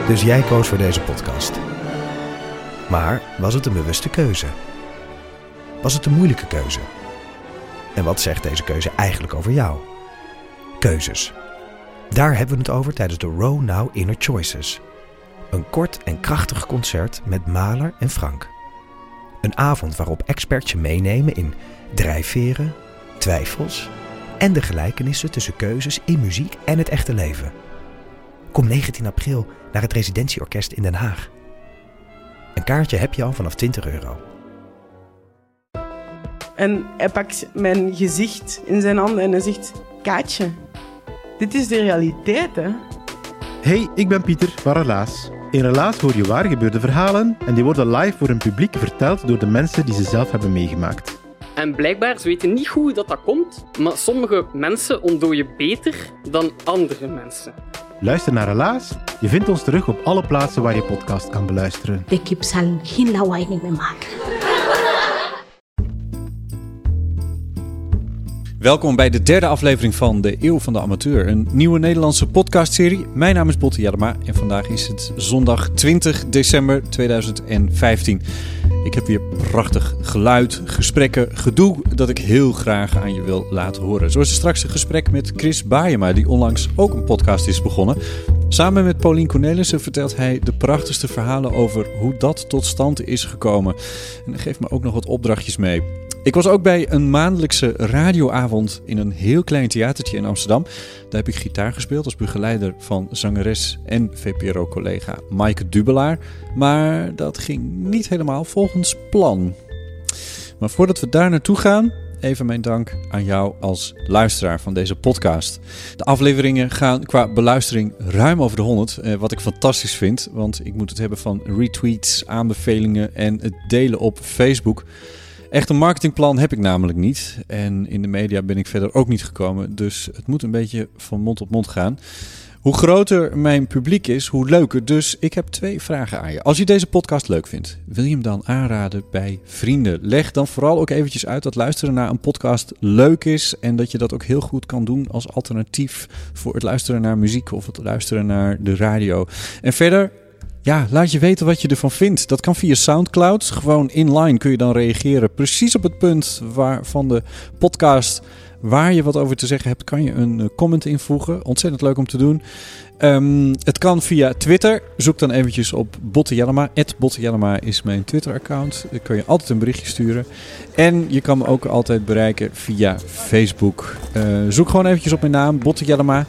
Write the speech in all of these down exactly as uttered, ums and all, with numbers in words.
Dus jij koos voor deze podcast. Maar was het een bewuste keuze? Was het een moeilijke keuze? En wat zegt deze keuze eigenlijk over jou? Keuzes. Daar hebben we het over tijdens de Row Now Inner Choices. Een kort en krachtig concert met Mahler en Frank. Een avond waarop experts je meenemen in drijfveren, twijfels en de gelijkenissen tussen keuzes in muziek en het echte leven. Kom negentien april naar het Residentieorkest in Den Haag. Een kaartje heb je al vanaf twintig euro. En hij pakt mijn gezicht in zijn handen en hij zegt: Kaatje, dit is de realiteit, hè? Hey, ik ben Pieter van Relaas. In Relaas hoor je waar gebeurde verhalen en die worden live voor een publiek verteld door de mensen die ze zelf hebben meegemaakt. En blijkbaar, ze weten niet hoe dat, dat komt, maar sommige mensen ontdooien beter dan andere mensen. Luister naar Relaas. Je vindt ons terug op alle plaatsen waar je podcast kan beluisteren. De kip zal geen lawaai meer maken. Welkom bij de derde aflevering van De Eeuw van de Amateur, een nieuwe Nederlandse podcastserie. Mijn naam is Botte Jellema en vandaag is het zondag twintig december tweeduizend vijftien. Ik heb weer prachtig geluid, gesprekken, gedoe dat ik heel graag aan je wil laten horen. Zo is er straks een gesprek met Chris Baeyema, die onlangs ook een podcast is begonnen. Samen met Paulien Cornelissen vertelt hij de prachtigste verhalen over hoe dat tot stand is gekomen. En hij geeft me ook nog wat opdrachtjes mee. Ik was ook bij een maandelijkse radioavond in een heel klein theatertje in Amsterdam. Daar heb ik gitaar gespeeld als begeleider van zangeres en V P R O-collega Maaike Dubelaar. Maar dat ging niet helemaal volgens plan. Maar voordat we daar naartoe gaan, even mijn dank aan jou als luisteraar van deze podcast. De afleveringen gaan qua beluistering ruim over de honderd, eh, wat ik fantastisch vind. Want ik moet het hebben van retweets, aanbevelingen en het delen op Facebook. Echt een marketingplan heb ik namelijk niet. En in de media ben ik verder ook niet gekomen. Dus het moet een beetje van mond op mond gaan. Hoe groter mijn publiek is, hoe leuker. Dus ik heb twee vragen aan je. Als je deze podcast leuk vindt, wil je hem dan aanraden bij vrienden? Leg dan vooral ook eventjes uit dat luisteren naar een podcast leuk is. En dat je dat ook heel goed kan doen als alternatief voor het luisteren naar muziek of het luisteren naar de radio. En verder, ja, laat je weten wat je ervan vindt. Dat kan via Soundcloud. Gewoon inline kun je dan reageren. Precies op het punt waar van de podcast waar je wat over te zeggen hebt, kan je een comment invoegen. Ontzettend leuk om te doen. Um, het kan via Twitter. Zoek dan eventjes op Botte Jellema. at Botte Jellema is mijn Twitter-account. Daar kun je altijd een berichtje sturen. En je kan me ook altijd bereiken via Facebook. Uh, zoek gewoon eventjes op mijn naam, Botte Jellema.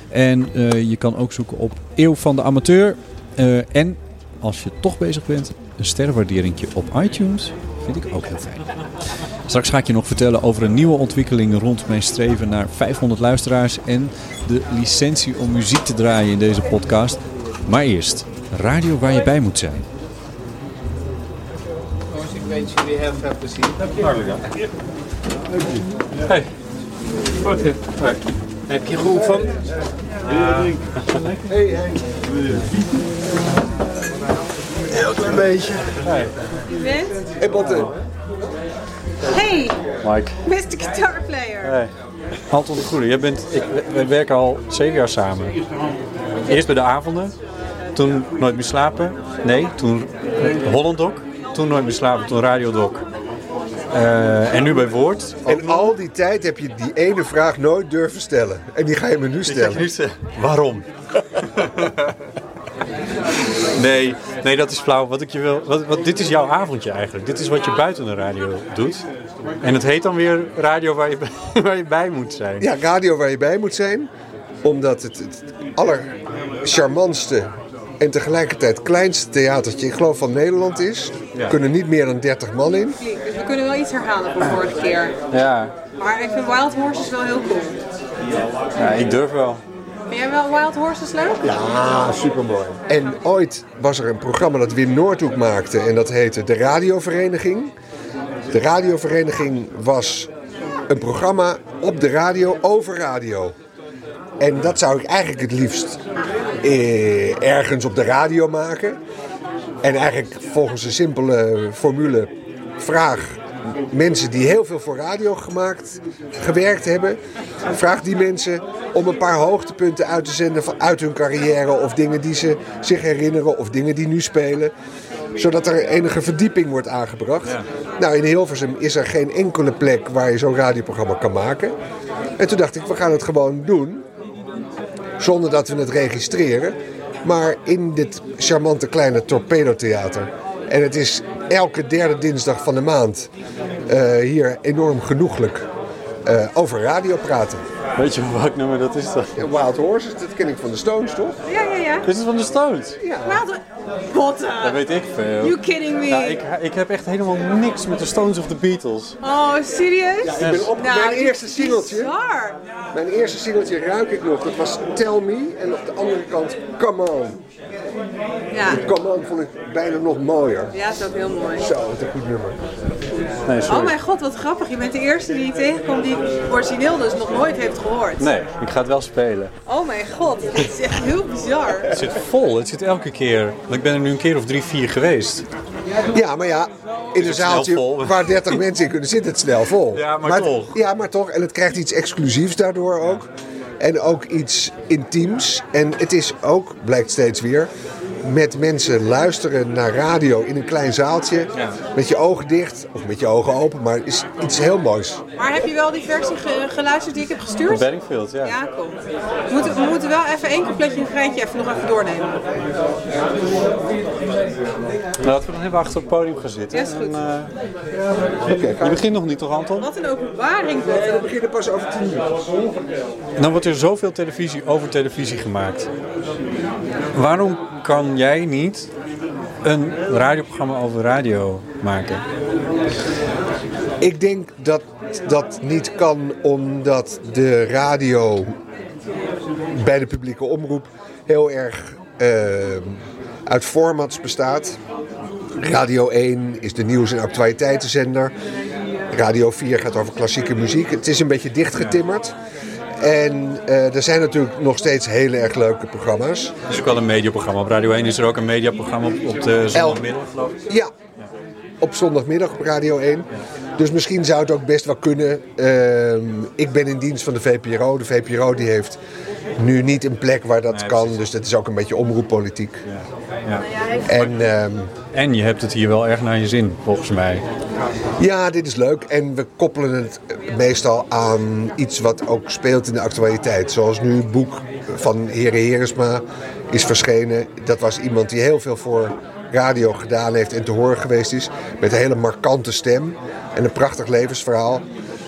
En uh, je kan ook zoeken op Eeuw van de Amateur. Uh, en als je toch bezig bent, een sterrenwaarderingje op iTunes vind ik ook heel fijn. Straks ga ik je nog vertellen over een nieuwe ontwikkeling rond mijn streven naar vijfhonderd luisteraars en de licentie om muziek te draaien in deze podcast. Maar eerst, radio waar je bij moet zijn. Jongens, ik wens jullie heel veel plezier. Hartelijk dank. Hey. Goed. Hey. Heb je goed van? Ja. Hey, hey. Heel klein beetje. Hey. Je bent? Hey, Botte. Hey, Mike. mister Guitar Player. Hey. Anton de Goede, jij bent, ik, we werken al zeven jaar samen. Eerst bij de avonden, toen Nooit meer slapen. Nee, toen Holland Doc. Toen Nooit meer slapen, toen Radio Doc. Uh, en nu bij Woord. En al die tijd heb je die ene vraag nooit durven stellen. En die ga je me nu stellen. Nu stellen. Waarom? nee, nee, dat is flauw. Wat ik je wil, wat, wat, dit is jouw avondje eigenlijk. Dit is wat je buiten de radio doet. En het heet dan weer radio waar je, waar je bij moet zijn. Ja, radio waar je bij moet zijn. Omdat het het allercharmantste en tegelijkertijd kleinste theatertje, ik geloof, van Nederland is. Er ja. kunnen niet meer dan dertig man in. Dus we kunnen wel iets herhalen van de vorige keer. Ja. Maar ik vind Wild Horses wel heel cool. Ja, ik durf wel. Vind jij wel Wild Horses leuk? Ja, supermooi. En ooit was er een programma dat Wim Noordhoek maakte en dat heette De Radiovereniging. De Radiovereniging was een programma op de radio over radio. En dat zou ik eigenlijk het liefst eh, ergens op de radio maken. En eigenlijk volgens een simpele formule: vraag mensen die heel veel voor radio gemaakt, gewerkt hebben. Vraag die mensen om een paar hoogtepunten uit te zenden van, uit hun carrière of dingen die ze zich herinneren of dingen die nu spelen. Zodat er enige verdieping wordt aangebracht. Ja. Nou, in Hilversum is er geen enkele plek waar je zo'n radioprogramma kan maken. En toen dacht ik, we gaan het gewoon doen. Zonder dat we het registreren. Maar in dit charmante kleine torpedotheater. En het is elke derde dinsdag van de maand uh, hier enorm genoeglijk uh, over radio praten. Weet je welk nummer dat is dan? Ja, Wild Horses, dat ken ik van de Stones, toch? Ja, ja, ja. Dit is van de Stones? Ja. Wild... Botten. Dat weet ik veel. You kidding me? Ja, ik, ik heb echt helemaal niks met de Stones of de Beatles. Oh, serieus? Ja, ik ben op nou, mijn eerste singeltje. Bizar. Mijn eerste singeltje ruik ik nog. Dat was Tell Me. En op de andere kant Come On. Ja. En Come On vond ik bijna nog mooier. Ja, dat is ook heel mooi. Zo, wat een goed nummer. Nee, sorry. Oh mijn god, wat grappig. Je bent de eerste die tegenkomt die het origineel dus nog nooit heeft gehoord. Nee, ik ga het wel spelen. Oh mijn god, dit is echt heel bizar. Het zit vol, het zit elke keer. Want ik ben er nu een keer of drie, vier geweest. Ja, maar ja, in een zaaltje waar dertig mensen in kunnen zit het snel vol. Ja, maar, maar toch. Het, ja, maar toch. En het krijgt iets exclusiefs daardoor ook. En ook iets intiems. En het is ook, blijkt steeds weer, met mensen luisteren naar radio in een klein zaaltje. Ja. Met je ogen dicht, of met je ogen open, maar het is iets heel moois. Maar heb je wel die versie ge- geluisterd die ik heb gestuurd? Van Bedingfield, ja. Ja, kom. We moeten, we moeten wel even één coupletje en greintje even nog even doornemen. Nou, laten we dan even achter het podium gaan zitten. Ja, is goed. En, uh... okay, je begint nog niet toch, Anton? Wat een openbaring. Nee, we beginnen pas over tien minuten. Dan wordt er zoveel televisie over televisie gemaakt. Waarom kan jij niet een radioprogramma over radio maken? Ik denk dat dat niet kan omdat de radio bij de publieke omroep heel erg uh, uit formats bestaat. Radio één is de nieuws- en actualiteitenzender. Radio vier gaat over klassieke muziek. Het is een beetje dichtgetimmerd. En uh, er zijn natuurlijk nog steeds hele erg leuke programma's. Er is ook wel een mediaprogramma. Op Radio één is er ook een mediaprogramma op, op de zondagmiddag, geloof ik. Ja, op zondagmiddag op Radio één. Dus misschien zou het ook best wel kunnen. Uh, ik ben in dienst van de V P R O. De V P R O die heeft nu niet een plek waar dat nee, kan. Precies. Dus dat is ook een beetje omroeppolitiek. Ja. Ja. En, um, en je hebt het hier wel erg naar je zin, volgens mij. Ja, dit is leuk. En we koppelen het meestal aan iets wat ook speelt in de actualiteit. Zoals nu het boek van Heren Heeresma is verschenen. Dat was iemand die heel veel voor radio gedaan heeft en te horen geweest is. Met een hele markante stem en een prachtig levensverhaal.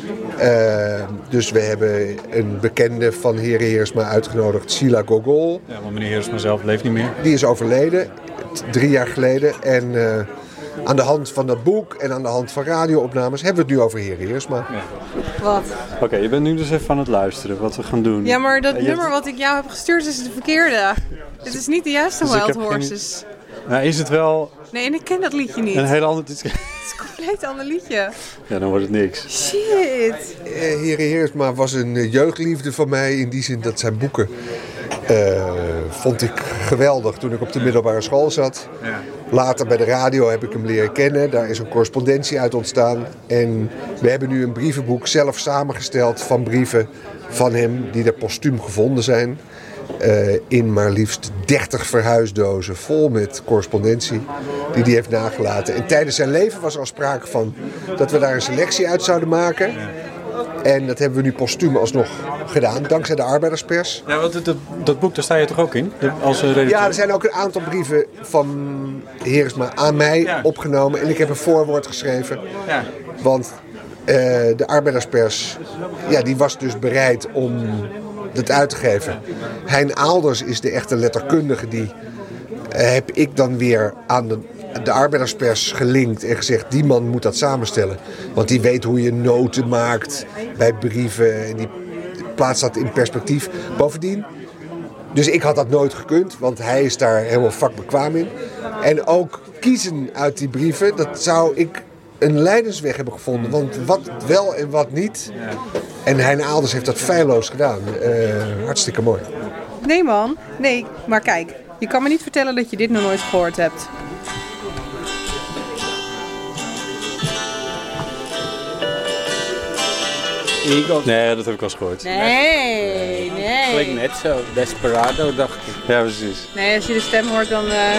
Uh, dus we hebben een bekende van Heren Heeresma uitgenodigd, Sheila Gogol. Ja, maar meneer Heeresma zelf leeft niet meer. Die is overleden, drie jaar geleden. En uh, aan de hand van dat boek en aan de hand van radioopnames hebben we het nu over Heren Heeresma. Ja. Wat? Oké, okay, je bent nu dus even aan het luisteren wat we gaan doen. Ja, maar dat nummer hebt... wat ik jou heb gestuurd is de verkeerde. Het is niet de juiste dus Wild Horses. Geen... Nou, is het wel... Nee, en ik ken dat liedje niet. Een heel ander... Het is een compleet ander liedje. Ja, dan wordt het niks. Shit. Uh, Heren Heeresma was een uh, jeugdliefde van mij in die zin dat zijn boeken uh, vond ik geweldig toen ik op de middelbare school zat. Ja. Later bij de radio heb ik hem leren kennen. Daar is een correspondentie uit ontstaan. En we hebben nu een brievenboek zelf samengesteld van brieven van hem die er postuum gevonden zijn. Uh, in maar liefst dertig verhuisdozen vol met correspondentie die hij heeft nagelaten. En tijdens zijn leven was er al sprake van dat we daar een selectie uit zouden maken. En dat hebben we nu postuum alsnog gedaan, dankzij de arbeiderspers. Ja, want dat, dat boek, daar sta je toch ook in? Als redacteur? Ja, er zijn ook een aantal brieven van Heeresma aan mij ja. opgenomen. En ik heb een voorwoord geschreven. Ja. Want uh, de arbeiderspers, ja, die was dus bereid om het uit te geven. Hein Aalders is de echte letterkundige. Die uh, heb ik dan weer aan de, de arbeiderspers gelinkt en gezegd, die man moet dat samenstellen. Want die weet hoe je noten maakt bij brieven en die plaatst dat in perspectief. Bovendien, dus ik had dat nooit gekund, want hij is daar helemaal vakbekwaam in. En ook kiezen uit die brieven, dat zou ik een lijdensweg hebben gevonden. Want wat wel en wat niet. En Hein Aalders heeft dat feilloos gedaan. Uh, hartstikke mooi. Nee man, nee. Maar kijk, je kan me niet vertellen dat je dit nog nooit gehoord hebt. Eagles. Nee, dat heb ik wel eens gehoord. Nee, nee. Klinkt net zo. Desperado, dacht ik. Ja, precies. Nee, als je de stem hoort dan... Uh...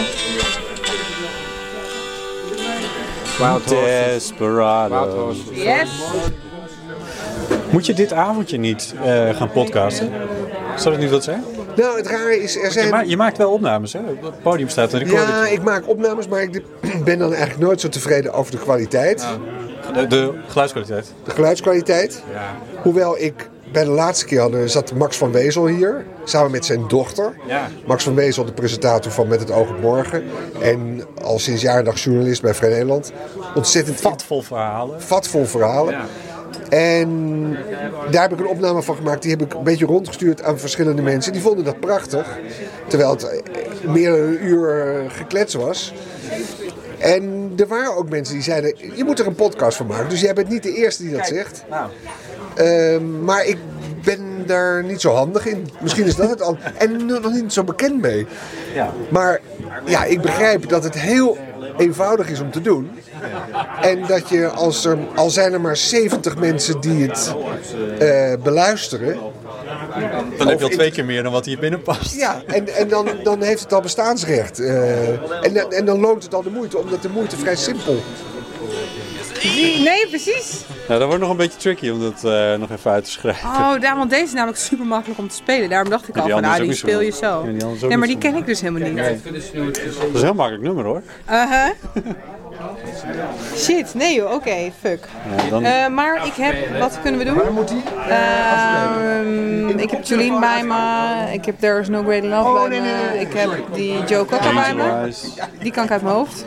Wild Horses. Desperado. Wild Horses. Yes. Moet je dit avondje niet uh, gaan podcasten? Zou dat niet wat zijn? Nou, het rare is, er zijn... Je, ma- je maakt wel opnames, hè? Op het podium staat een recorder. Ja, ik maak opnames, maar ik ben dan eigenlijk nooit zo tevreden over de kwaliteit. De, de geluidskwaliteit. De geluidskwaliteit. Ja. Hoewel ik bij de laatste keer hadden, zat Max van Wezel hier, samen met zijn dochter. Ja. Max van Wezel, de presentator van Met het oog op morgen. En al sinds jaar en dag journalist bij Vrij Nederland. Ontzettend Vatvol verhalen. Vatvol verhalen. Ja. En daar heb ik een opname van gemaakt. Die heb ik een beetje rondgestuurd aan verschillende mensen. Die vonden dat prachtig. Terwijl het meer dan een uur geklets was. En er waren ook mensen die zeiden, je moet er een podcast van maken. Dus jij bent niet de eerste die dat zegt. Nou. Uh, maar ik ben daar niet zo handig in. Misschien is dat het al. En nog niet zo bekend mee. Ja. Maar ja, ik begrijp dat het heel eenvoudig is om te doen. En dat je, als er, al zijn er maar zeventig mensen die het uh, beluisteren. Dan heb je al twee keer meer dan wat hier binnen past. Ja, en, en dan, dan heeft het al bestaansrecht. Uh, en, en dan loont het al de moeite, omdat de moeite vrij simpel is. Nee, precies. Nou, dat wordt nog een beetje tricky om dat uh, nog even uit te schrijven. Oh, daarom, want deze is namelijk super makkelijk om te spelen. Daarom dacht ik al van, nou, die speel je zo. Ja, die nee, maar die ken ik dus helemaal niet. Nee. Dat is een heel makkelijk nummer, hoor. Uh-huh. Shit, nee joh, oké, okay, fuck. Ja, dan... uh, maar ik heb, wat kunnen we doen? Waar moet die? Uh, ik heb Jolien bij me, ik heb There Is No Great Love oh, bij nee, nee, nee. me, ik heb die Joe Cocker bij me. Die kan ik uit mijn hoofd.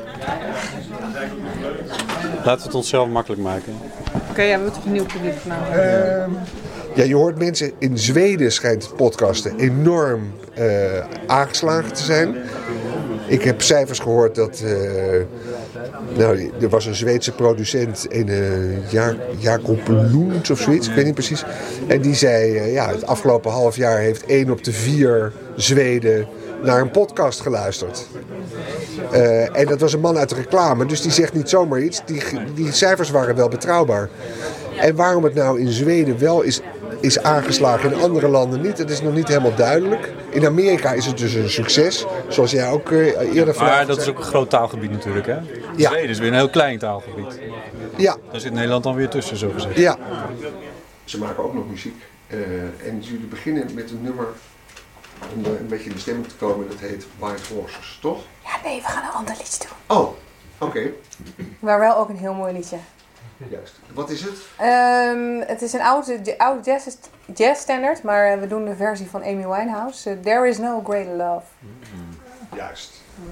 Laten we het onszelf makkelijk maken. Oké, okay, ja, we hebben toch een nieuw publiek vanavond. Uh, ja, je hoort mensen in Zweden schijnt podcasten enorm uh, aangeslagen te zijn. Ik heb cijfers gehoord dat uh, nou, er was een Zweedse producent, een uh, ja, Jacob Lund of zoiets, ik weet niet precies. En die zei, uh, ja, het afgelopen half jaar heeft één op de vier Zweden naar een podcast geluisterd. Uh, en dat was een man uit de reclame, dus die zegt niet zomaar iets. Die, die cijfers waren wel betrouwbaar. En waarom het nou in Zweden wel is, is aangeslagen, in andere landen niet, dat is nog niet helemaal duidelijk. In Amerika is het dus een succes, zoals jij ook uh, eerder vanavond Maar dat is ook een groot taalgebied natuurlijk, hè? Ja. Zweden is weer een heel klein taalgebied. Ja. Daar zit Nederland dan weer tussen, zo gezegd. Ja. Ze maken ook nog muziek. Uh, en jullie beginnen met een nummer om een beetje in de stemming te komen. Dat heet Wild Horses, toch? Ja, nee, we gaan een ander liedje doen. Oh, oké. Okay. Maar wel ook een heel mooi liedje. Juist. Wat is het? Um, het is een oude, oude jazz, jazz standard, maar we doen de versie van Amy Winehouse. Uh, There Is No Greater Love. Mm-hmm. Juist.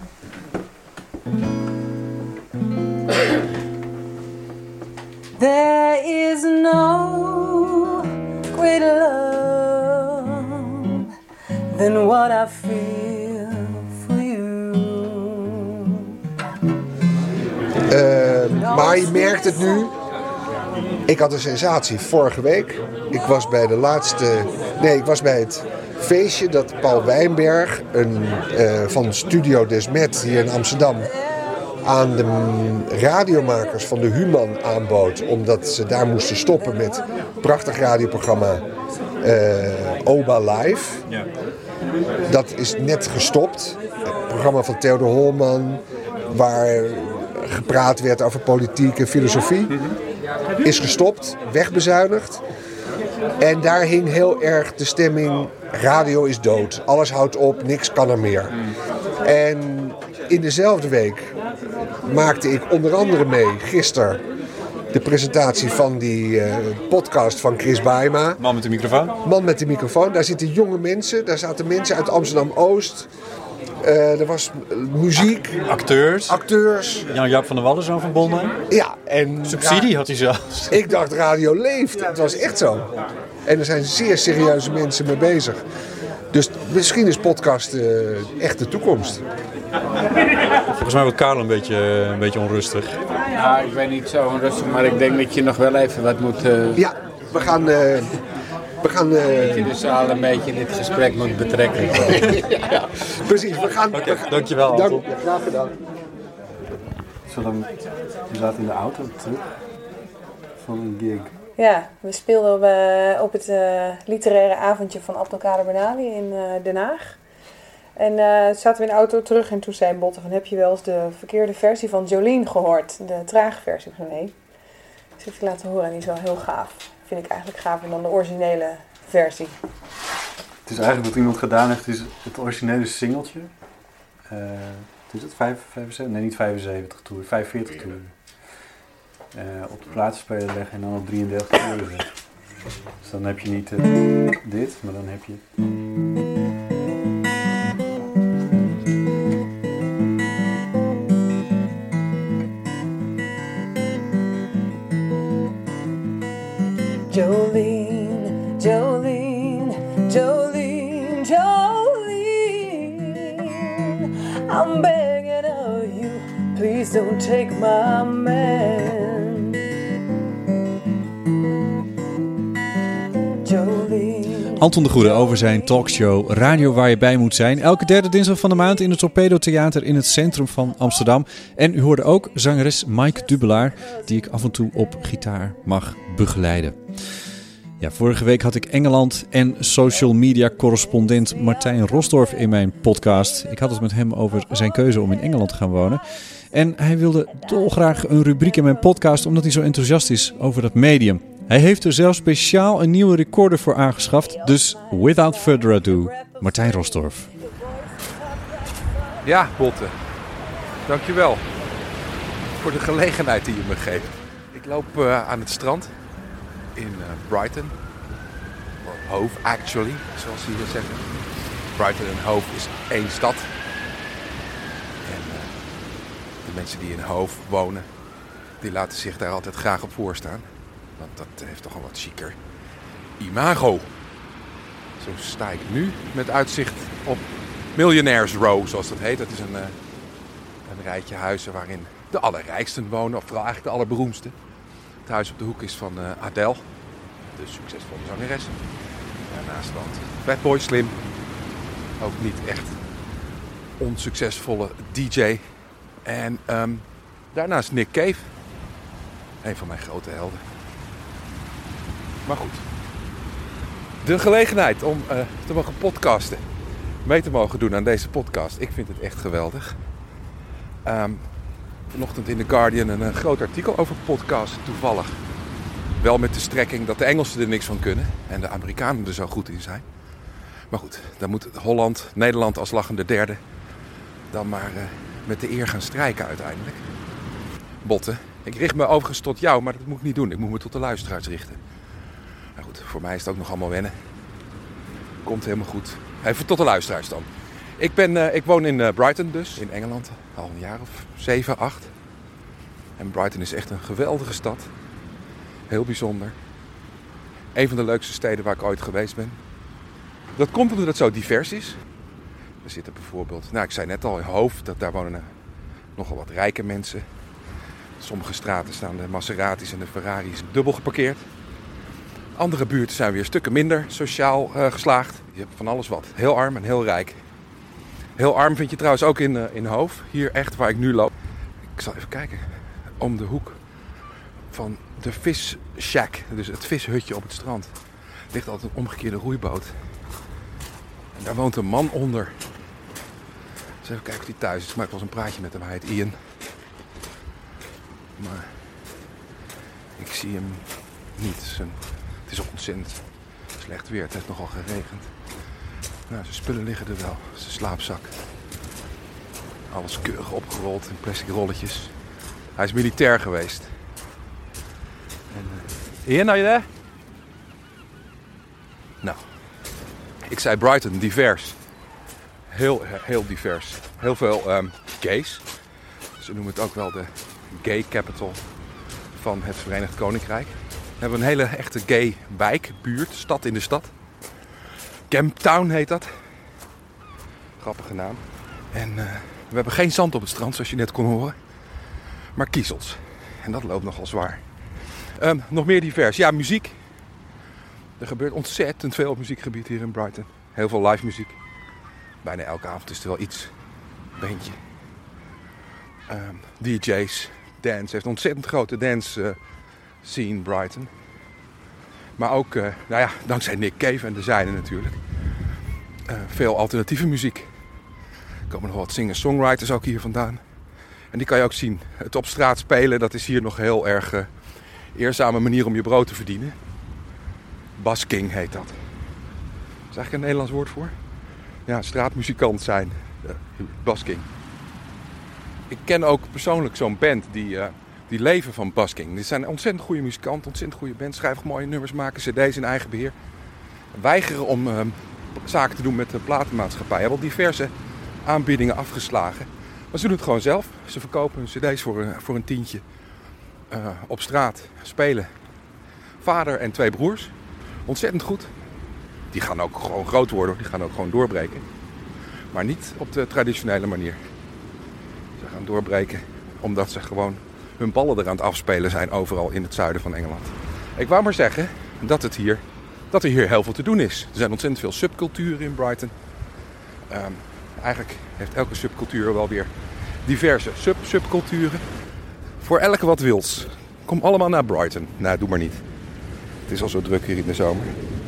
There is no greater love than what I feel for you. Uh, maar je merkt het nu. Ik had een sensatie vorige week. Ik was bij de laatste... Nee, ik was bij het feestje dat Paul Wijnberg een, uh, van Studio Desmet hier in Amsterdam aan de radiomakers van de Human aanbood. Omdat ze daar moesten stoppen met het prachtig radioprogramma uh, Oba Live. Ja. Dat is net gestopt. Het programma van Theodor Holman, waar gepraat werd over politiek en filosofie, is gestopt, wegbezuinigd. En daar hing heel erg de stemming, radio is dood. Alles houdt op, niks kan er meer. En in dezelfde week maakte ik onder andere mee, gisteren, de presentatie van die uh, podcast van Chris Baaema. Man met de microfoon. Man met de microfoon. Daar zitten jonge mensen, daar zaten mensen uit Amsterdam-Oost. Uh, er was muziek. Acteurs. Acteurs. Jan-Jaap van der Wallen zo verbonden. Ja. En subsidie ja, had hij zelfs. Ik dacht, radio leeft. Het was echt zo. En er zijn zeer serieuze mensen mee bezig. Dus misschien is podcast uh, echt de toekomst. Volgens mij wordt Karel een beetje, een beetje onrustig. Ja, ik ben niet zo onrustig, maar ik denk dat je nog wel even wat moet... Uh... Ja, we gaan... Uh, We gaan... Uh... Dat je de zaal een beetje in dit gesprek moet betrekken. Ja, precies, we gaan... Oké, okay, dankjewel Anton. Dank, ja, graag gedaan. Zullen we, we zaten in de auto terug van een gig. Ja, we speelden op, uh, op het uh, literaire avondje van Abdelkader Benali in uh, Den Haag. En uh, zaten we in de auto terug en toen zei Botte van, heb je wel eens de verkeerde versie van Jolene gehoord? De trage versie van nee. Dus ik heb die laten horen en die is wel heel gaaf. Vind ik eigenlijk gaver dan de originele versie. Het is eigenlijk wat iemand gedaan heeft, is het originele singeltje. Uh, is het vijf, vijfenzeventig? Nee, niet vijfenzeventig toer, vijfenveertig toer. Uh, op de platenspeler leggen en dan op drieëndertig toeren zetten. Dus dan heb je niet uh, dit, maar dan heb je... Jolene, Jolene, Jolene, Jolene, I'm begging of you, please don't take my man. Jolene. Anton de Goede over zijn talkshow Radio Waar Je Bij Moet Zijn. Elke derde dinsdag van de maand in het Torpedo Theater in het centrum van Amsterdam. En u hoorde ook zangeres Maaike Dubelaar, die ik af en toe op gitaar mag begeleiden. Ja, vorige week had ik Engeland en social media correspondent Martijn Rosdorff in mijn podcast. Ik had het met hem over zijn keuze om in Engeland te gaan wonen. En hij wilde dolgraag een rubriek in mijn podcast, omdat hij zo enthousiast is over dat medium. Hij heeft er zelfs speciaal een nieuwe recorder voor aangeschaft. Dus without further ado, Martijn Rosdorff. Ja, Botte. Dankjewel voor de gelegenheid die je me geeft. Ik loop uh, aan het strand in uh, Brighton. Or Hove, actually, zoals ze hier zeggen. Brighton en Hove is één stad. En uh, de mensen die in Hove wonen, die laten zich daar altijd graag op voorstaan. Want dat heeft toch al wat chiquer imago. Zo sta ik nu met uitzicht op Millionaires Row, zoals dat heet. Dat is een, uh, een rijtje huizen waarin de allerrijksten wonen, of vooral eigenlijk de allerberoemdste. Het huis op de hoek is van uh, Adele, de succesvolle zangeres. Daarnaast woont Fatboy Slim, ook niet echt onsuccesvolle D J. En um, daarnaast Nick Cave, een van mijn grote helden. Maar goed, de gelegenheid om uh, te mogen podcasten, mee te mogen doen aan deze podcast, ik vind het echt geweldig. Um, vanochtend in The Guardian een, een groot artikel over podcasten, toevallig. Wel met de strekking dat de Engelsen er niks van kunnen en de Amerikanen er zo goed in zijn. Maar goed, dan moet Holland, Nederland als lachende derde dan maar uh, met de eer gaan strijken uiteindelijk. Botte, ik richt me overigens tot jou, maar dat moet ik niet doen. Ik moet me tot de luisteraars richten. Maar goed, voor mij is het ook nog allemaal wennen. Komt helemaal goed. Even tot de luisteraars dan. Ik, ben, uh, ik woon in uh, Brighton dus, in Engeland, al een jaar of zeven, acht. En Brighton is echt een geweldige stad. Heel bijzonder. Een van de leukste steden waar ik ooit geweest ben. Dat komt omdat het zo divers is. Er zitten bijvoorbeeld, nou ik zei net al in Hove, dat daar wonen uh, nogal wat rijke mensen. Sommige straten staan de Maseratis en de Ferraris dubbel geparkeerd. Andere buurten zijn weer stukken minder sociaal uh, geslaagd. Je hebt van alles wat. Heel arm en heel rijk. Heel arm vind je trouwens ook in, uh, in Hove. Hier echt waar ik nu loop. Ik zal even kijken. Om de hoek van de Fish Shack. Dus het vishutje op het strand. Ligt altijd een omgekeerde roeiboot. En daar woont een man onder. Dus even kijken of hij thuis is. Ik maak wel eens een praatje met hem. Hij heet Ian. Maar ik zie hem niet. Zijn... Het is ook ontzettend slecht weer. Het heeft nogal geregend. Nou, zijn spullen liggen er wel. Zijn slaapzak. Alles keurig opgerold in plastic rolletjes. Hij is militair geweest. En, uh... Ian, are you there? Nou, ik zei Brighton, divers. Heel, heel divers. Heel veel um, gays. Ze noemen het ook wel de gay capital van het Verenigd Koninkrijk. We hebben een hele echte gay wijk, buurt, stad in de stad. Camptown heet dat. Grappige naam. En uh, we hebben geen zand op het strand, zoals je net kon horen. Maar kiezels. En dat loopt nogal zwaar. Um, nog meer divers. Ja, muziek. Er gebeurt ontzettend veel op muziekgebied hier in Brighton. Heel veel live muziek. Bijna elke avond is er wel iets. Bandje. Um, D J's. Dance. Heeft een ontzettend grote dance uh, scene Brighton. Maar ook, uh, nou ja, dankzij Nick Cave en de zijne natuurlijk. Uh, veel alternatieve muziek. Er komen nog wat singer-songwriters ook hier vandaan. En die kan je ook zien. Het op straat spelen, dat is hier nog een heel erg uh, eerzame manier om je brood te verdienen. Busking heet dat. Is eigenlijk een Nederlands woord voor? Ja, straatmuzikant zijn. Uh, busking. Ik ken ook persoonlijk zo'n band die, uh, die leven van busking. Dit zijn ontzettend goede muzikanten, ontzettend goede bands. Schrijven mooie nummers, maken cd's in eigen beheer. Weigeren om uh, zaken te doen met de platenmaatschappij. Hebben al diverse aanbiedingen afgeslagen. Maar ze doen het gewoon zelf. Ze verkopen hun cd's voor, uh, voor een tientje. Uh, op straat spelen. Vader en twee broers. Ontzettend goed. Die gaan ook gewoon groot worden. Die gaan ook gewoon doorbreken. Maar niet op de traditionele manier. Ze gaan doorbreken omdat ze gewoon hun ballen er aan het afspelen zijn overal in het zuiden van Engeland. Ik wou maar zeggen dat, het hier, dat er hier heel veel te doen is. Er zijn ontzettend veel subculturen in Brighton. Um, eigenlijk heeft elke subcultuur wel weer diverse sub-subculturen. Voor elke wat wils. Kom allemaal naar Brighton. Nou, doe maar niet. Het is al zo druk hier in de zomer.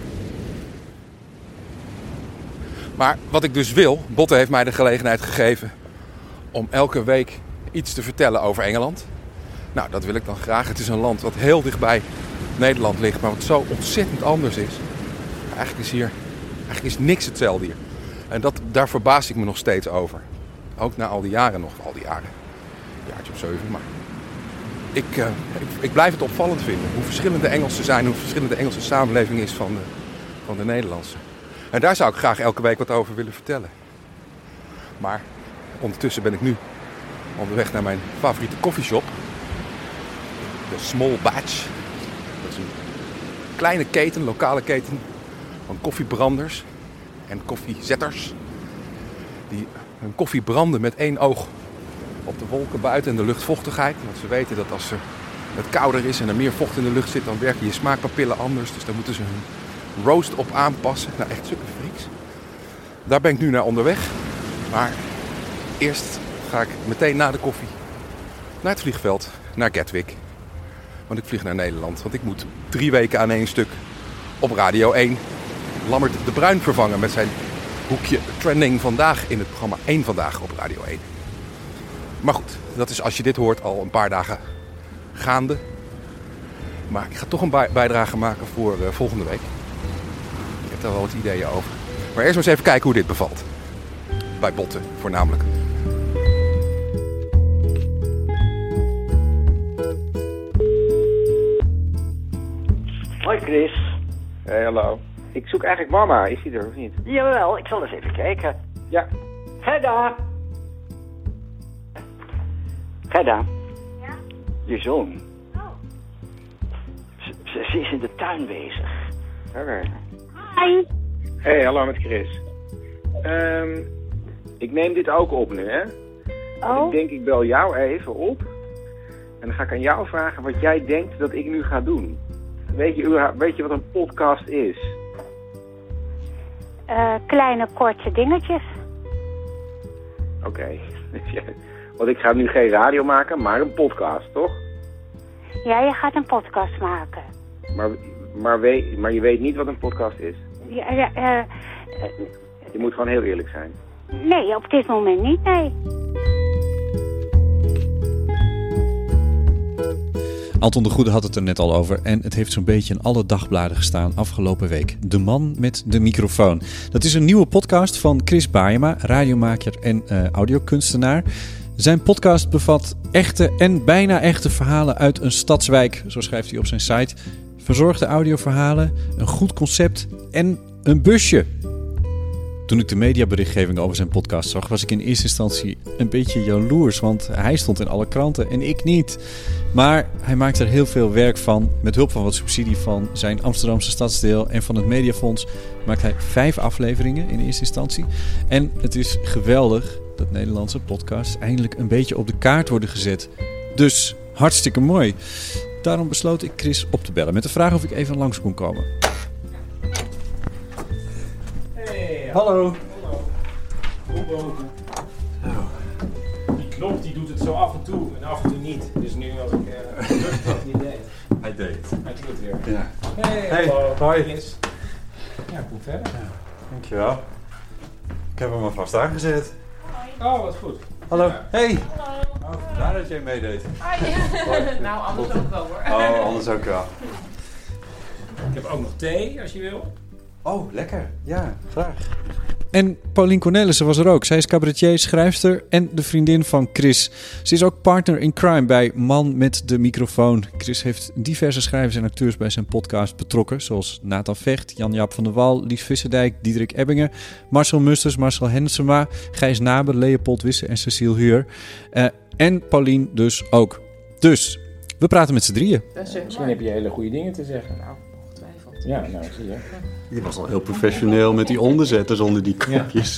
Maar wat ik dus wil, Botte heeft mij de gelegenheid gegeven om elke week iets te vertellen over Engeland. Nou, dat wil ik dan graag. Het is een land wat heel dichtbij Nederland ligt, maar wat zo ontzettend anders is. Eigenlijk is hier eigenlijk is niks hetzelfde hier. En dat, daar verbaas ik me nog steeds over. Ook na al die jaren nog, al die jaren. Een jaartje of zeven, maar ik, uh, ik, ik blijf het opvallend vinden. Hoe verschillend de Engelsen zijn, hoe verschillend de Engelse samenleving is van de, van de Nederlandse. En daar zou ik graag elke week wat over willen vertellen. Maar ondertussen ben ik nu onderweg naar mijn favoriete koffieshop. De Small Batch. Dat is een kleine keten, lokale keten van koffiebranders en koffiezetters. Die hun koffie branden met één oog op de wolken buiten en de luchtvochtigheid. Want ze weten dat als het kouder is en er meer vocht in de lucht zit, dan werken je smaakpapillen anders. Dus daar moeten ze hun roast op aanpassen. Nou, echt super freaks. Daar ben ik nu naar onderweg. Maar eerst ga ik meteen na de koffie naar het vliegveld, naar Gatwick. Want ik vlieg naar Nederland. Want ik moet drie weken aan één stuk op Radio één Lammert de Bruin vervangen met zijn hoekje Trending Vandaag in het programma één Vandaag op Radio één. Maar goed, dat is als je dit hoort al een paar dagen gaande. Maar ik ga toch een bijdrage maken voor uh, volgende week. Ik heb daar wel wat ideeën over. Maar eerst maar eens even kijken hoe dit bevalt. Bij Botte voornamelijk. Hoi Chris. Hey, hallo. Ik zoek eigenlijk mama. Is die er of niet? Jawel, ik zal eens even kijken. Ja. Gerda. Gerda. Ja? Je zoon. Oh. Ze, ze, ze is in de tuin bezig. Oké. Okay. Hi. Hey, hallo met Chris. Um, ik neem dit ook op nu, hè? Oh. Ik denk ik bel jou even op. En dan ga ik aan jou vragen wat jij denkt dat ik nu ga doen. Weet je, weet je wat een podcast is? Uh, kleine, korte dingetjes. Oké. Okay. Want ik ga nu geen radio maken, maar een podcast, toch? Ja, je gaat een podcast maken. Maar, maar, weet, maar je weet niet wat een podcast is? Ja, ja, uh, je moet gewoon heel eerlijk zijn. Nee, op dit moment niet, nee. Anton de Goede had het er net al over en het heeft zo'n beetje in alle dagbladen gestaan afgelopen week. De man met de microfoon. Dat is een nieuwe podcast van Chris Baaema, radiomaker en uh, audiokunstenaar. Zijn podcast bevat echte en bijna echte verhalen uit een stadswijk, zo schrijft hij op zijn site. Verzorgde audioverhalen, een goed concept en een busje. Toen ik de mediaberichtgeving over zijn podcast zag, was ik in eerste instantie een beetje jaloers, want hij stond in alle kranten en ik niet. Maar hij maakt er heel veel werk van. Met hulp van wat subsidie van zijn Amsterdamse stadsdeel en van het Mediafonds maakt hij vijf afleveringen in eerste instantie. En het is geweldig dat Nederlandse podcasts eindelijk een beetje op de kaart worden gezet. Dus hartstikke mooi. Daarom besloot ik Chris op te bellen met de vraag of ik even langs kon komen. Hey, hallo. Hallo. Boven. Die knop die doet het zo af en toe en af en toe niet. Dus nu als ik uh, druk dat niet deed. Hij deed het. Hij doet het weer. Ja. Hey, Hey, hallo. hoi. Yes. Ja, kom verder. Ja, dankjewel. Ik heb hem alvast aangezet. Oh, wat goed. Hallo. Ja. Hey. Hallo. Oh, vandaar dat jij meedeed. Hoi. Nou, anders ook wel hoor. Oh, anders ook wel. Ik heb ook nog thee, als je wil. Oh, lekker. Ja, graag. En Paulien Cornelissen was er ook. Zij is cabaretier, schrijfster en de vriendin van Chris. Ze is ook partner in crime bij Man met de microfoon. Chris heeft diverse schrijvers en acteurs bij zijn podcast betrokken. Zoals Nathan Vecht, Jan-Jaap van der Wal, Lies Visserdijk, Diederik Ebbingen, Marcel Musters, Marcel Hensema, Gijs Naber, Leopold Wisse en Cecile Huur. Uh, en Paulien dus ook. Dus, we praten met z'n drieën. Misschien heb je hele goede dingen te zeggen. Nou, ongetwijfeld. Ja, nou zie je. Je was al heel professioneel met die onderzetters onder die knopjes.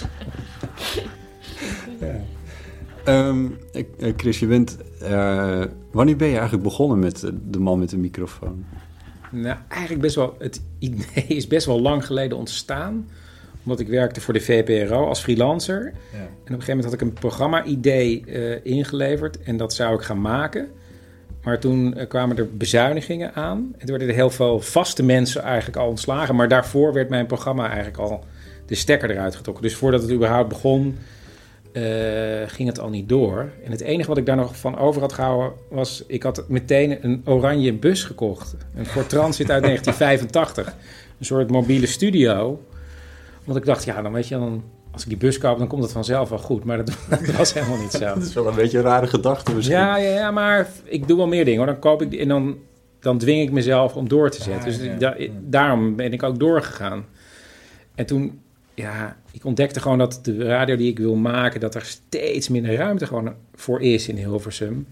Ja. Ja. Um, Chris, je bent, uh, wanneer ben je eigenlijk begonnen met uh, de man met de microfoon? Nou, eigenlijk best wel, het idee is best wel lang geleden ontstaan. Omdat ik werkte voor de V P R O als freelancer. Ja. En op een gegeven moment had ik een programma-idee uh, ingeleverd. En dat zou ik gaan maken. Maar toen uh, kwamen er bezuinigingen aan. En toen werden er heel veel vaste mensen eigenlijk al ontslagen. Maar daarvoor werd mijn programma eigenlijk al de stekker eruit getrokken. Dus voordat het überhaupt begon, uh, ging het al niet door. En het enige wat ik daar nog van over had gehouden was... ik had meteen een oranje bus gekocht. Een Ford Transit uit negentien vijfentachtig. Een soort mobiele studio. Want ik dacht, ja, dan weet je... dan als ik die bus koop, dan komt het vanzelf wel goed. Maar dat, dat was helemaal niet zo. Dat is wel een beetje een rare gedachte misschien. Ja, ja, ja, maar ik doe wel meer dingen hoor. Dan koop ik die en dan, dan dwing ik mezelf om door te zetten. Ja, dus ja. da, daarom ben ik ook doorgegaan. En toen, ja, ik ontdekte gewoon dat de radio die ik wil maken... dat er steeds minder ruimte gewoon voor is in Hilversum.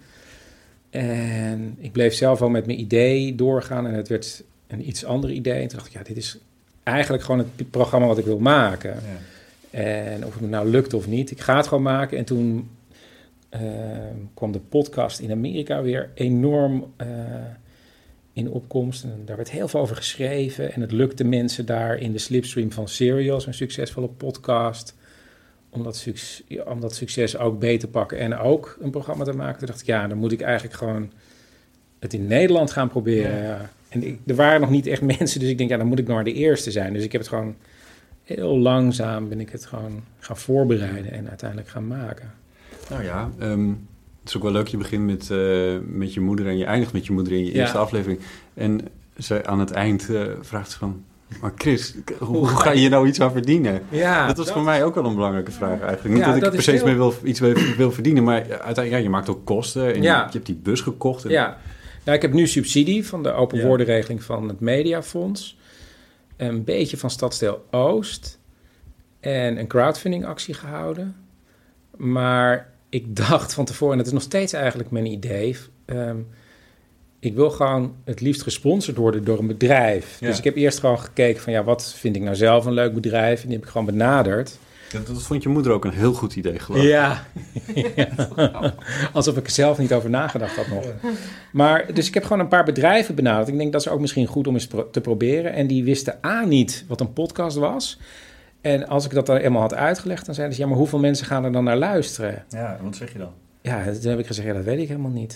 En ik bleef zelf wel met mijn idee doorgaan. En het werd een iets ander idee. En toen dacht ik, ja, dit is eigenlijk gewoon het programma wat ik wil maken... Ja. En of het me nou lukt of niet, ik ga het gewoon maken. En toen uh, kwam de podcast in Amerika weer enorm uh, in opkomst. En daar werd heel veel over geschreven. En het lukte mensen daar in de slipstream van Serials, een succesvolle podcast, om dat, succes, om dat succes ook beter te pakken en ook een programma te maken. Toen dacht ik, ja, dan moet ik eigenlijk gewoon het in Nederland gaan proberen. Ja. Ja. En ik, er waren nog niet echt mensen, dus ik denk, ja, dan moet ik nog maar de eerste zijn. Dus ik heb het gewoon... heel langzaam ben ik het gewoon gaan voorbereiden en uiteindelijk gaan maken. Nou ja, um, het is ook wel leuk. Je begint met, uh, met je moeder en je eindigt met je moeder in je eerste ja. aflevering. En ze aan het eind uh, vraagt ze van... Maar Chris, hoe, hoe ga je nou iets aan verdienen? Ja, dat was dat... voor mij ook wel een belangrijke vraag eigenlijk. Niet ja, dat ik dat per se heel... meer wil, iets wil, wil verdienen, maar uiteindelijk, ja, je maakt ook kosten. En ja. je, je hebt die bus gekocht. En... Ja, nou, ik heb nu subsidie van de open ja. woordenregeling van het Mediafonds. Een beetje van Stadsdeel Oost en een crowdfunding actie gehouden. Maar ik dacht van tevoren, en het is nog steeds eigenlijk mijn idee... Um, ik wil gewoon het liefst gesponsord worden door een bedrijf. Ja. Dus ik heb eerst gewoon gekeken van... ja, wat vind ik nou zelf een leuk bedrijf? En die heb ik gewoon benaderd. Dat, dat vond je moeder ook een heel goed idee, geloof ik. Ja. ja. Alsof ik er zelf niet over nagedacht had nog. Maar, dus ik heb gewoon een paar bedrijven benaderd. Ik denk dat is ook misschien goed om eens pro- te proberen. En die wisten A niet wat een podcast was. En als ik dat dan eenmaal had uitgelegd... dan zeiden ze, ja, maar hoeveel mensen gaan er dan naar luisteren? Ja, wat zeg je dan? Ja, toen heb ik gezegd, ja, dat weet ik helemaal niet.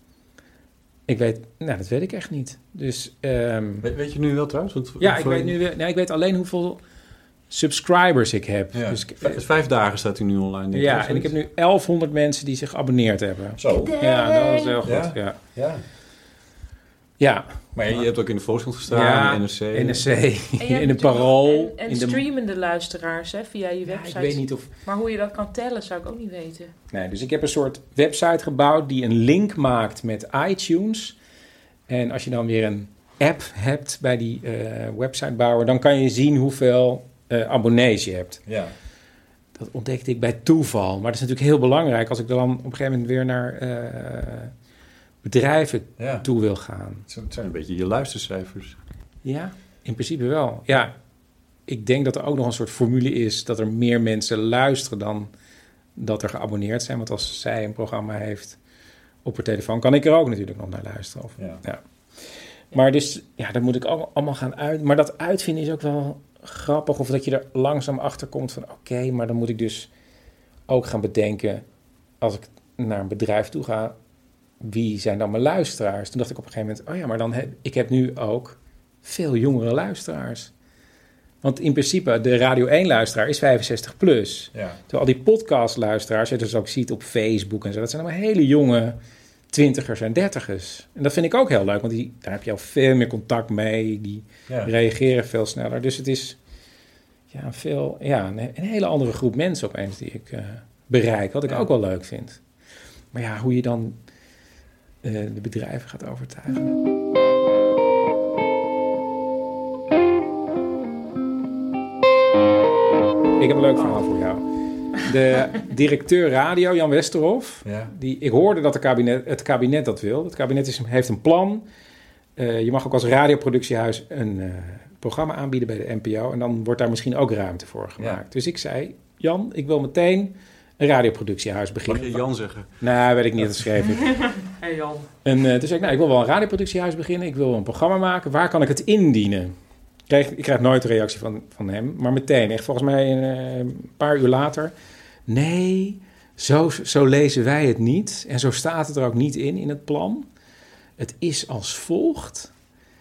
Ik weet, nou, dat weet ik echt niet. Dus, um, weet, weet je nu wel trouwens? Want, ja, ik weet, nu, nee, ik weet alleen hoeveel subscribers ik heb. Ja. Dus, vijf, vijf dagen staat hij nu online. Denk ja, en ik heb nu elfhonderd mensen die zich geabonneerd hebben. Zo. Ja, dat is heel goed. Ja. Ja. ja. ja. Maar je hebt ook in de Volkskrant gestaan, ja, in de N R C. In de C, in de Parool. En, en in de... streamende luisteraars hè, via je website. Ja, ik weet niet of... Maar hoe je dat kan tellen, zou ik ook niet weten. Nee, dus ik heb een soort website gebouwd die een link maakt met iTunes... En als je dan weer een app hebt bij die uh, websitebouwer... dan kan je zien hoeveel uh, abonnees je hebt. Ja. Dat ontdekte ik bij toeval. Maar dat is natuurlijk heel belangrijk... als ik dan op een gegeven moment weer naar uh, bedrijven ja. toe wil gaan. Het zijn een beetje je luistercijfers. Ja, in principe wel. Ja, ik denk dat er ook nog een soort formule is... dat er meer mensen luisteren dan dat er geabonneerd zijn. Want als zij een programma heeft... op haar telefoon kan ik er ook natuurlijk nog naar luisteren. Of, ja. Ja. Maar dus, ja, dat moet ik ook allemaal gaan uit... Maar dat uitvinden is ook wel grappig... of dat je er langzaam achter komt van... oké, okay, maar dan moet ik dus ook gaan bedenken... als ik naar een bedrijf toe ga... wie zijn dan mijn luisteraars? Toen dacht ik op een gegeven moment, oh ja, maar dan heb ik heb nu ook veel jongere luisteraars. Want in principe, de Radio één-luisteraar is vijfenzestig plus. Ja. Terwijl al die podcast-luisteraars, je dus ook ziet op Facebook en zo, dat zijn allemaal hele jonge twintigers en dertigers. En dat vind ik ook heel leuk, want die, daar heb je al veel meer contact mee. Die Ja. reageren veel sneller. Dus het is ja, veel, ja, een, een hele andere groep mensen opeens die ik uh, bereik. Wat ik Ja. ook wel leuk vind. Maar ja, hoe je dan uh, de bedrijven gaat overtuigen. Ik heb een leuk verhaal voor jou. De directeur radio, Jan Westerhof, Ja. die, ik hoorde dat de kabinet, het kabinet dat wil. Het kabinet is, heeft een plan. Uh, je mag ook als radioproductiehuis een uh, programma aanbieden bij de N P O. En dan wordt daar misschien ook ruimte voor gemaakt. Ja. Dus ik zei, Jan, ik wil meteen een radioproductiehuis beginnen. Mag je Jan zeggen? Nou, weet ik niet, dat schreef ik. Hey Jan. En uh, toen zei ik, nou, ik wil wel een radioproductiehuis beginnen. Ik wil een programma maken. Waar kan ik het indienen? Kreeg, ik krijg nooit een reactie van, van hem. Maar meteen, echt volgens mij een, een paar uur later. Nee, zo, zo lezen wij het niet. En zo staat het er ook niet in, in het plan. Het is als volgt.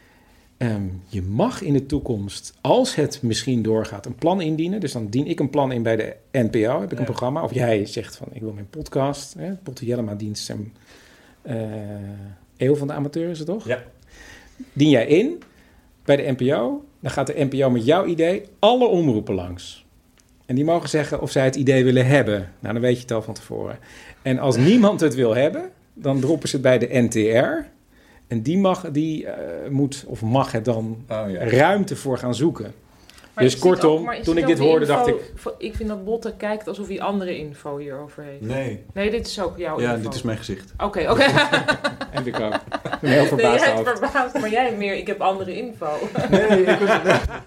Um, je mag in de toekomst, als het misschien doorgaat, een plan indienen. Dus dan dien ik een plan in bij de N P O, heb ik een ja. programma. Of jij zegt van, ik wil mijn podcast. Hè, Botte Jellema dienst zijn uh, Eeuw van de Amateur, is het toch? Ja. Dien jij in bij de N P O. Dan gaat de N P O met jouw idee alle omroepen langs. En die mogen zeggen of zij het idee willen hebben. Nou, dan weet je het al van tevoren. En als niemand het wil hebben, dan droppen ze het bij de N T R. En die, mag, die uh, moet of mag er dan oh, ja. ruimte voor gaan zoeken. Maar dus kortom, ook, toen ik dit hoorde, info, dacht ik... Ik vind dat Botte kijkt alsof hij andere info hierover heeft. Nee. Nee, dit is ook jouw ja, info. Ja, dit is mijn gezicht. Oké, okay, oké. Okay. En ik ook. Ik ben heel verbaasd nee, jij over. verbaasd, maar jij meer, ik heb andere info. Nee, ik was...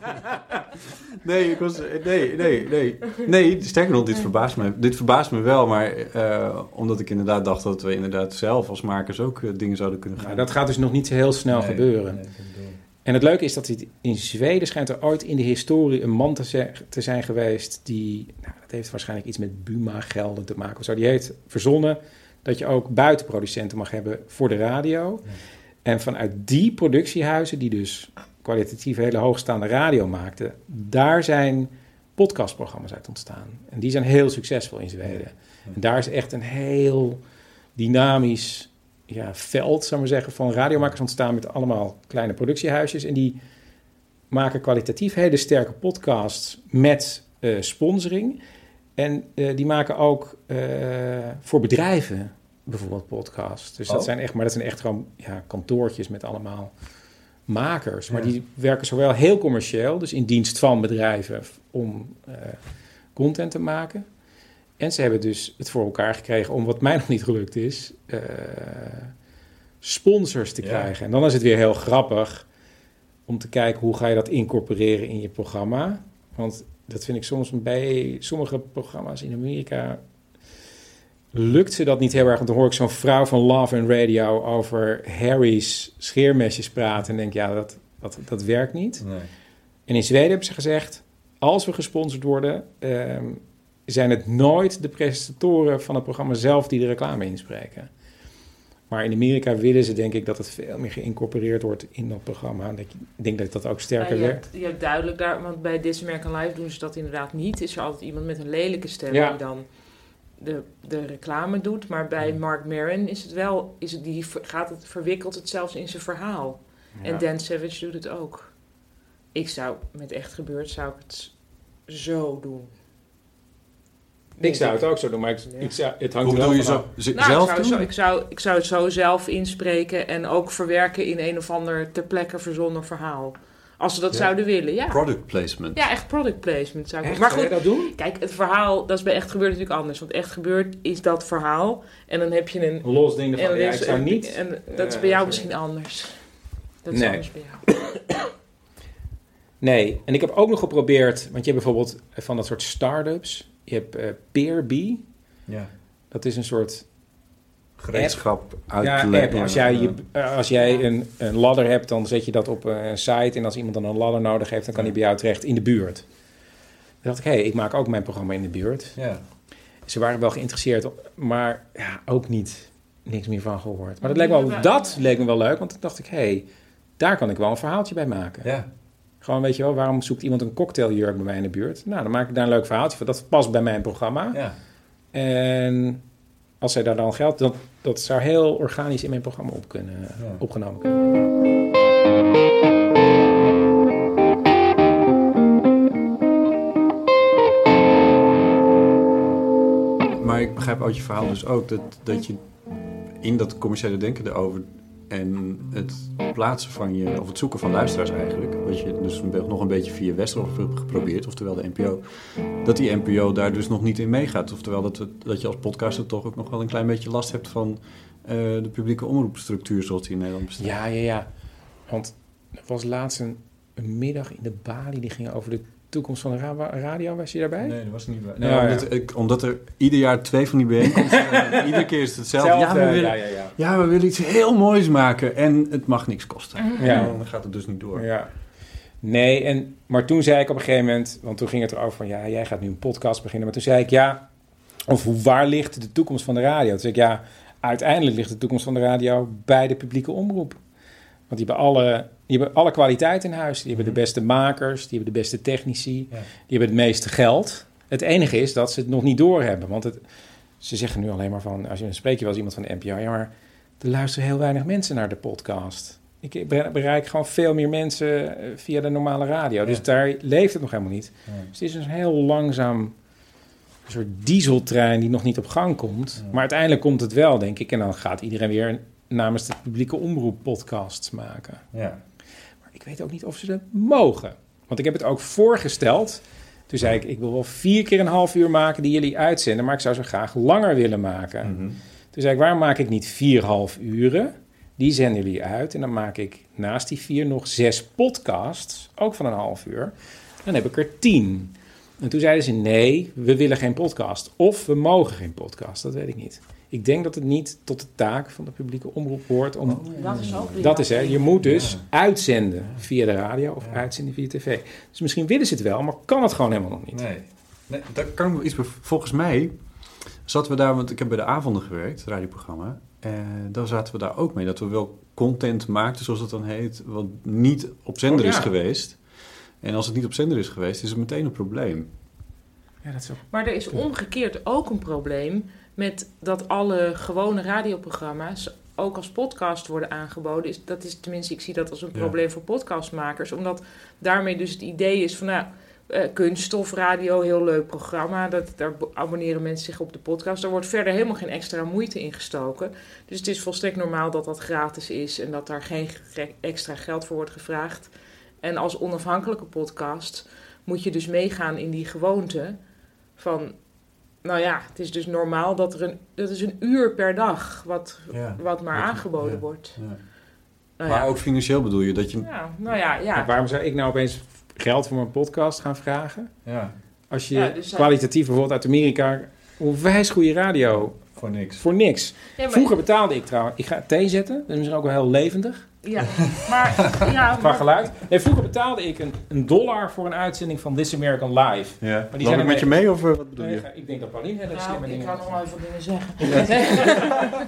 Nee, ik was... Nee, nee, nee. Nee, sterker nog, dit verbaast me. Dit verbaast me wel, maar uh, omdat ik inderdaad dacht dat we inderdaad zelf als makers ook uh, dingen zouden kunnen gaan. Nou, dat gaat dus nog niet zo heel snel nee, gebeuren. Nee, en het leuke is dat in Zweden schijnt er ooit in de historie een man te, ze- te zijn geweest die, nou, dat heeft waarschijnlijk iets met Buma-gelden te maken of zo. Die heeft verzonnen dat je ook buitenproducenten mag hebben voor de radio. Ja. En vanuit die productiehuizen, die dus kwalitatief hele hoogstaande radio maakten, daar zijn podcastprogramma's uit ontstaan. En die zijn heel succesvol in Zweden. Ja. Ja. En daar is echt een heel dynamisch ja, veld, zou ik maar zeggen, van radiomakers ontstaan met allemaal kleine productiehuisjes. En die maken kwalitatief hele sterke podcasts met uh, sponsoring. En uh, die maken ook uh, voor bedrijven bijvoorbeeld podcasts. Dus oh. dat zijn echt, maar dat zijn echt gewoon ja, kantoortjes met allemaal makers. Maar ja. die werken zowel heel commercieel, dus in dienst van bedrijven om uh, content te maken. En ze hebben dus het voor elkaar gekregen om, wat mij nog niet gelukt is, uh, sponsors te ja. krijgen. En dan is het weer heel grappig om te kijken hoe ga je dat incorporeren in je programma. Want dat vind ik soms bij sommige programma's in Amerika lukt ze dat niet heel erg. Want dan hoor ik zo'n vrouw van Love and Radio over Harry's scheermesjes praten en denk, ja, dat, dat, dat werkt niet. Nee. En in Zweden hebben ze gezegd, als we gesponsord worden, um, zijn het nooit de presentatoren van het programma zelf die de reclame inspreken. Maar in Amerika willen ze, denk ik, dat het veel meer geïncorporeerd wordt in dat programma. Ik denk dat dat ook sterker ja, je werkt. hebt, je hebt duidelijk daar, want bij This American Life doen ze dat inderdaad niet. Is er altijd iemand met een lelijke stem ja. die dan de, de reclame doet. Maar bij Mark Maron is het wel, is het, die gaat het, verwikkelt het zelfs in zijn verhaal. Ja. En Dan Savage doet het ook. Ik zou, met Echt Gebeurd, zou ik het zo doen. Ik zou het ook zo doen, maar ik, ja. ik zou, het hangt Hoe er wel doe je vanaf. zo? Z- nou, zelf ik zou, doen? zo, ik, zou, ik zou het zo zelf inspreken en ook verwerken in een of ander ter plekke verzonnen verhaal. Als ze dat ja. zouden willen, ja. Product placement. Ja, echt product placement zou ik echt, Maar goed, goed, dat doen? Kijk, het verhaal, dat is bij Echt Gebeurd natuurlijk anders. Want Echt Gebeurd is dat verhaal en dan heb je een... los ding ervan, ja, is, ik zou en, niet... En, en dat is bij jou misschien anders. Dat is nee. anders bij jou. Nee, en ik heb ook nog geprobeerd, want je hebt bijvoorbeeld van dat soort start-ups, je hebt uh, Peerby. Ja. Dat is een soort gereedschap uit ja, te app. Als jij, je, als jij een, een ladder hebt, dan zet je dat op een site. En als iemand dan een ladder nodig heeft, dan kan hij bij jou terecht in de buurt. Dan dacht ik, hé, hey, ik maak ook mijn programma in de buurt. Ja. Ze waren wel geïnteresseerd, maar ja, ook niet. niks meer van gehoord. Maar dat leek me, wel, dat leek me wel leuk, want toen dacht ik, hé, hey, daar kan ik wel een verhaaltje bij maken. Ja. Gewoon, weet je wel, waarom zoekt iemand een cocktailjurk bij mij in de buurt? Nou, dan maak ik daar een leuk verhaaltje van. Dat past bij mijn programma. Ja. En als zij daar dan geld... Dat, dat zou heel organisch in mijn programma op kunnen, ja. opgenomen kunnen worden. Maar ik begrijp uit je verhaal dus ook dat, dat je in dat commerciële denken erover en het plaatsen van je, of het zoeken van luisteraars eigenlijk, wat je dus nog een beetje via Westerhof hebt geprobeerd, oftewel de N P O, dat die N P O daar dus nog niet in meegaat. Oftewel dat, we, dat je als podcaster toch ook nog wel een klein beetje last hebt van uh, de publieke omroepstructuur zoals die in Nederland bestaat. Ja, ja, ja. Want er was laatst een, een middag in de Bali, die ging over de toekomst van de ra- radio. Was je daarbij? Nee, dat was niet bij. Nee, ja, omdat, ja. ik, omdat er ieder jaar twee van die bijeenkomsten en iedere keer is het hetzelfde. Zelfde, ja, we willen, ja, ja, ja. ja, we willen iets heel moois maken en het mag niks kosten. Ja. Dan gaat het dus niet door. Ja. Nee, en, maar toen zei ik op een gegeven moment, want toen ging het erover van, ja, jij gaat nu een podcast beginnen. Maar toen zei ik, ja, of hoe, waar ligt de toekomst van de radio? Toen zei ik, ja, uiteindelijk ligt de toekomst van de radio bij de publieke omroep. Want die hebben alle, die hebben alle kwaliteit in huis. Die hebben de beste makers, die hebben de beste technici, ja. die hebben het meeste geld. Het enige is dat ze het nog niet doorhebben. Want het, ze zeggen nu alleen maar van, als je dan spreek je wel eens iemand van de N P O, ja, maar er luisteren heel weinig mensen naar de podcast. Ik bereik gewoon veel meer mensen via de normale radio. Ja. Dus daar leeft het nog helemaal niet. Ja. Dus het is een heel langzaam een soort dieseltrein die nog niet op gang komt. Ja. Maar uiteindelijk komt het wel, denk ik. En dan gaat iedereen weer namens de publieke omroep podcasts maken. Ja. Maar ik weet ook niet of ze dat mogen. Want ik heb het ook voorgesteld. Toen zei ik, ik wil wel vier keer een half uur maken die jullie uitzenden, maar ik zou ze graag langer willen maken. Mm-hmm. Toen zei ik, waarom maak ik niet vier half uren? Die zenden jullie uit. En dan maak ik naast die vier nog zes podcasts, ook van een half uur. Dan heb ik er tien. En toen zeiden ze, nee, we willen geen podcast. Of we mogen geen podcast, dat weet ik niet. Ik denk dat het niet tot de taak van de publieke omroep hoort om... Oh, dat is ook Dat is, hè. Je moet dus ja. uitzenden via de radio of ja. uitzenden via tv. Dus misschien willen ze het wel, maar kan het gewoon helemaal nog niet. Nee, nee daar kan ik wel iets... Volgens mij zaten we daar, want ik heb bij de avonden gewerkt, het radioprogramma. En daar zaten we daar ook mee, dat we wel content maakten, zoals het dan heet, wat niet op zender oh, ja. is geweest. En als het niet op zender is geweest, is het meteen een probleem. Ja, dat is ook... Maar er is omgekeerd ook een probleem met dat alle gewone radioprogramma's ook als podcast worden aangeboden. Is, dat is tenminste, ik zie dat als een probleem ja. voor podcastmakers. Omdat daarmee dus het idee is van, nou, uh, kunststofradio, heel leuk programma. Dat, daar abonneren mensen zich op de podcast. Daar wordt verder helemaal geen extra moeite in gestoken. Dus het is volstrekt normaal dat dat gratis is en dat daar geen extra geld voor wordt gevraagd. En als onafhankelijke podcast moet je dus meegaan in die gewoonte van... Nou ja, het is dus normaal dat er een... Dat is een uur per dag wat, ja, wat maar aangeboden ja, wordt. Ja. Nou maar ja. ook financieel bedoel je dat je... Ja, nou ja, ja. Maar waarom zou ik nou opeens geld voor mijn podcast gaan vragen? Ja. Als je ja, dus kwalitatief bijvoorbeeld uit Amerika... Onwijs goede radio... Voor niks. Voor niks. Ja, maar... Vroeger betaalde ik trouwens... Ik ga thee zetten. Dat is misschien ook wel heel levendig. Ja, maar... ja, Qua geluid. Nee, vroeger betaalde ik een, een dollar voor een uitzending van This American Live. Ja. Maar die zijn ik met je mee of wat bedoel je? Nee, ik denk dat Paulien hele nou, slimme ik dingen... Ik ga nog wel even dingen zeggen. Ja.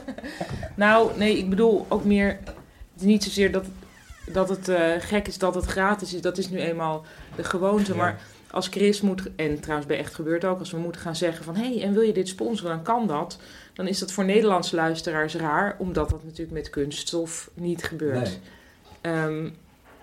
Nou, nee, ik bedoel ook meer... Het is niet zozeer dat, dat het uh, gek is dat het gratis is. Dat is nu eenmaal de gewoonte. Ja. Maar als Chris moet... En trouwens bij Echt Gebeurd ook. Als we moeten gaan zeggen van... Hé, hey, en wil je dit sponsoren? Dan kan dat. Dan is dat voor Nederlandse luisteraars raar. Omdat dat natuurlijk met kunststof niet gebeurt. Nee. Um,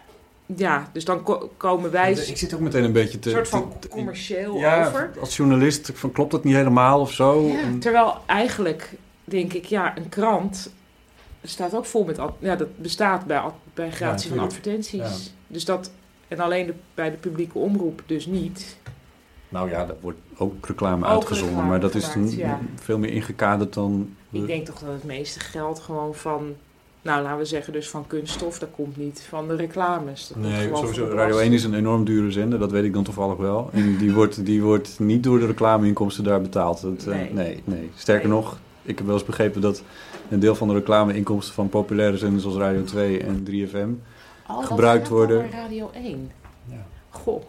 ja, dus dan ko- komen wij... Ik zit ook meteen een beetje te... Een soort van te, commercieel ja, over. Als journalist, van, klopt dat niet helemaal of zo? Ja, en... Terwijl eigenlijk, denk ik, ja, een krant... staat ook vol met... Ad, ja, dat bestaat bij, ad, bij gratie ja, van advertenties. Ja. Dus dat... En alleen de, bij de publieke omroep dus niet... Nou ja, dat wordt ook reclame ook uitgezonden, reclame maar dat gemaakt, is ja. veel meer ingekaderd dan... Ik denk toch dat het meeste geld gewoon van... Nou, laten we zeggen dus van kunststof, dat komt niet van de reclames. Dat nee, sowieso. Radio één is een enorm dure zender, dat weet ik dan toevallig wel. En die wordt, die wordt niet door de reclameinkomsten daar betaald. Dat, nee. Uh, nee, nee. Sterker nee. nog, ik heb wel eens begrepen dat een deel van de reclameinkomsten van populaire zenders als Radio twee en drie F M oh, gebruikt worden. Oh, Radio één. Ja. Goh.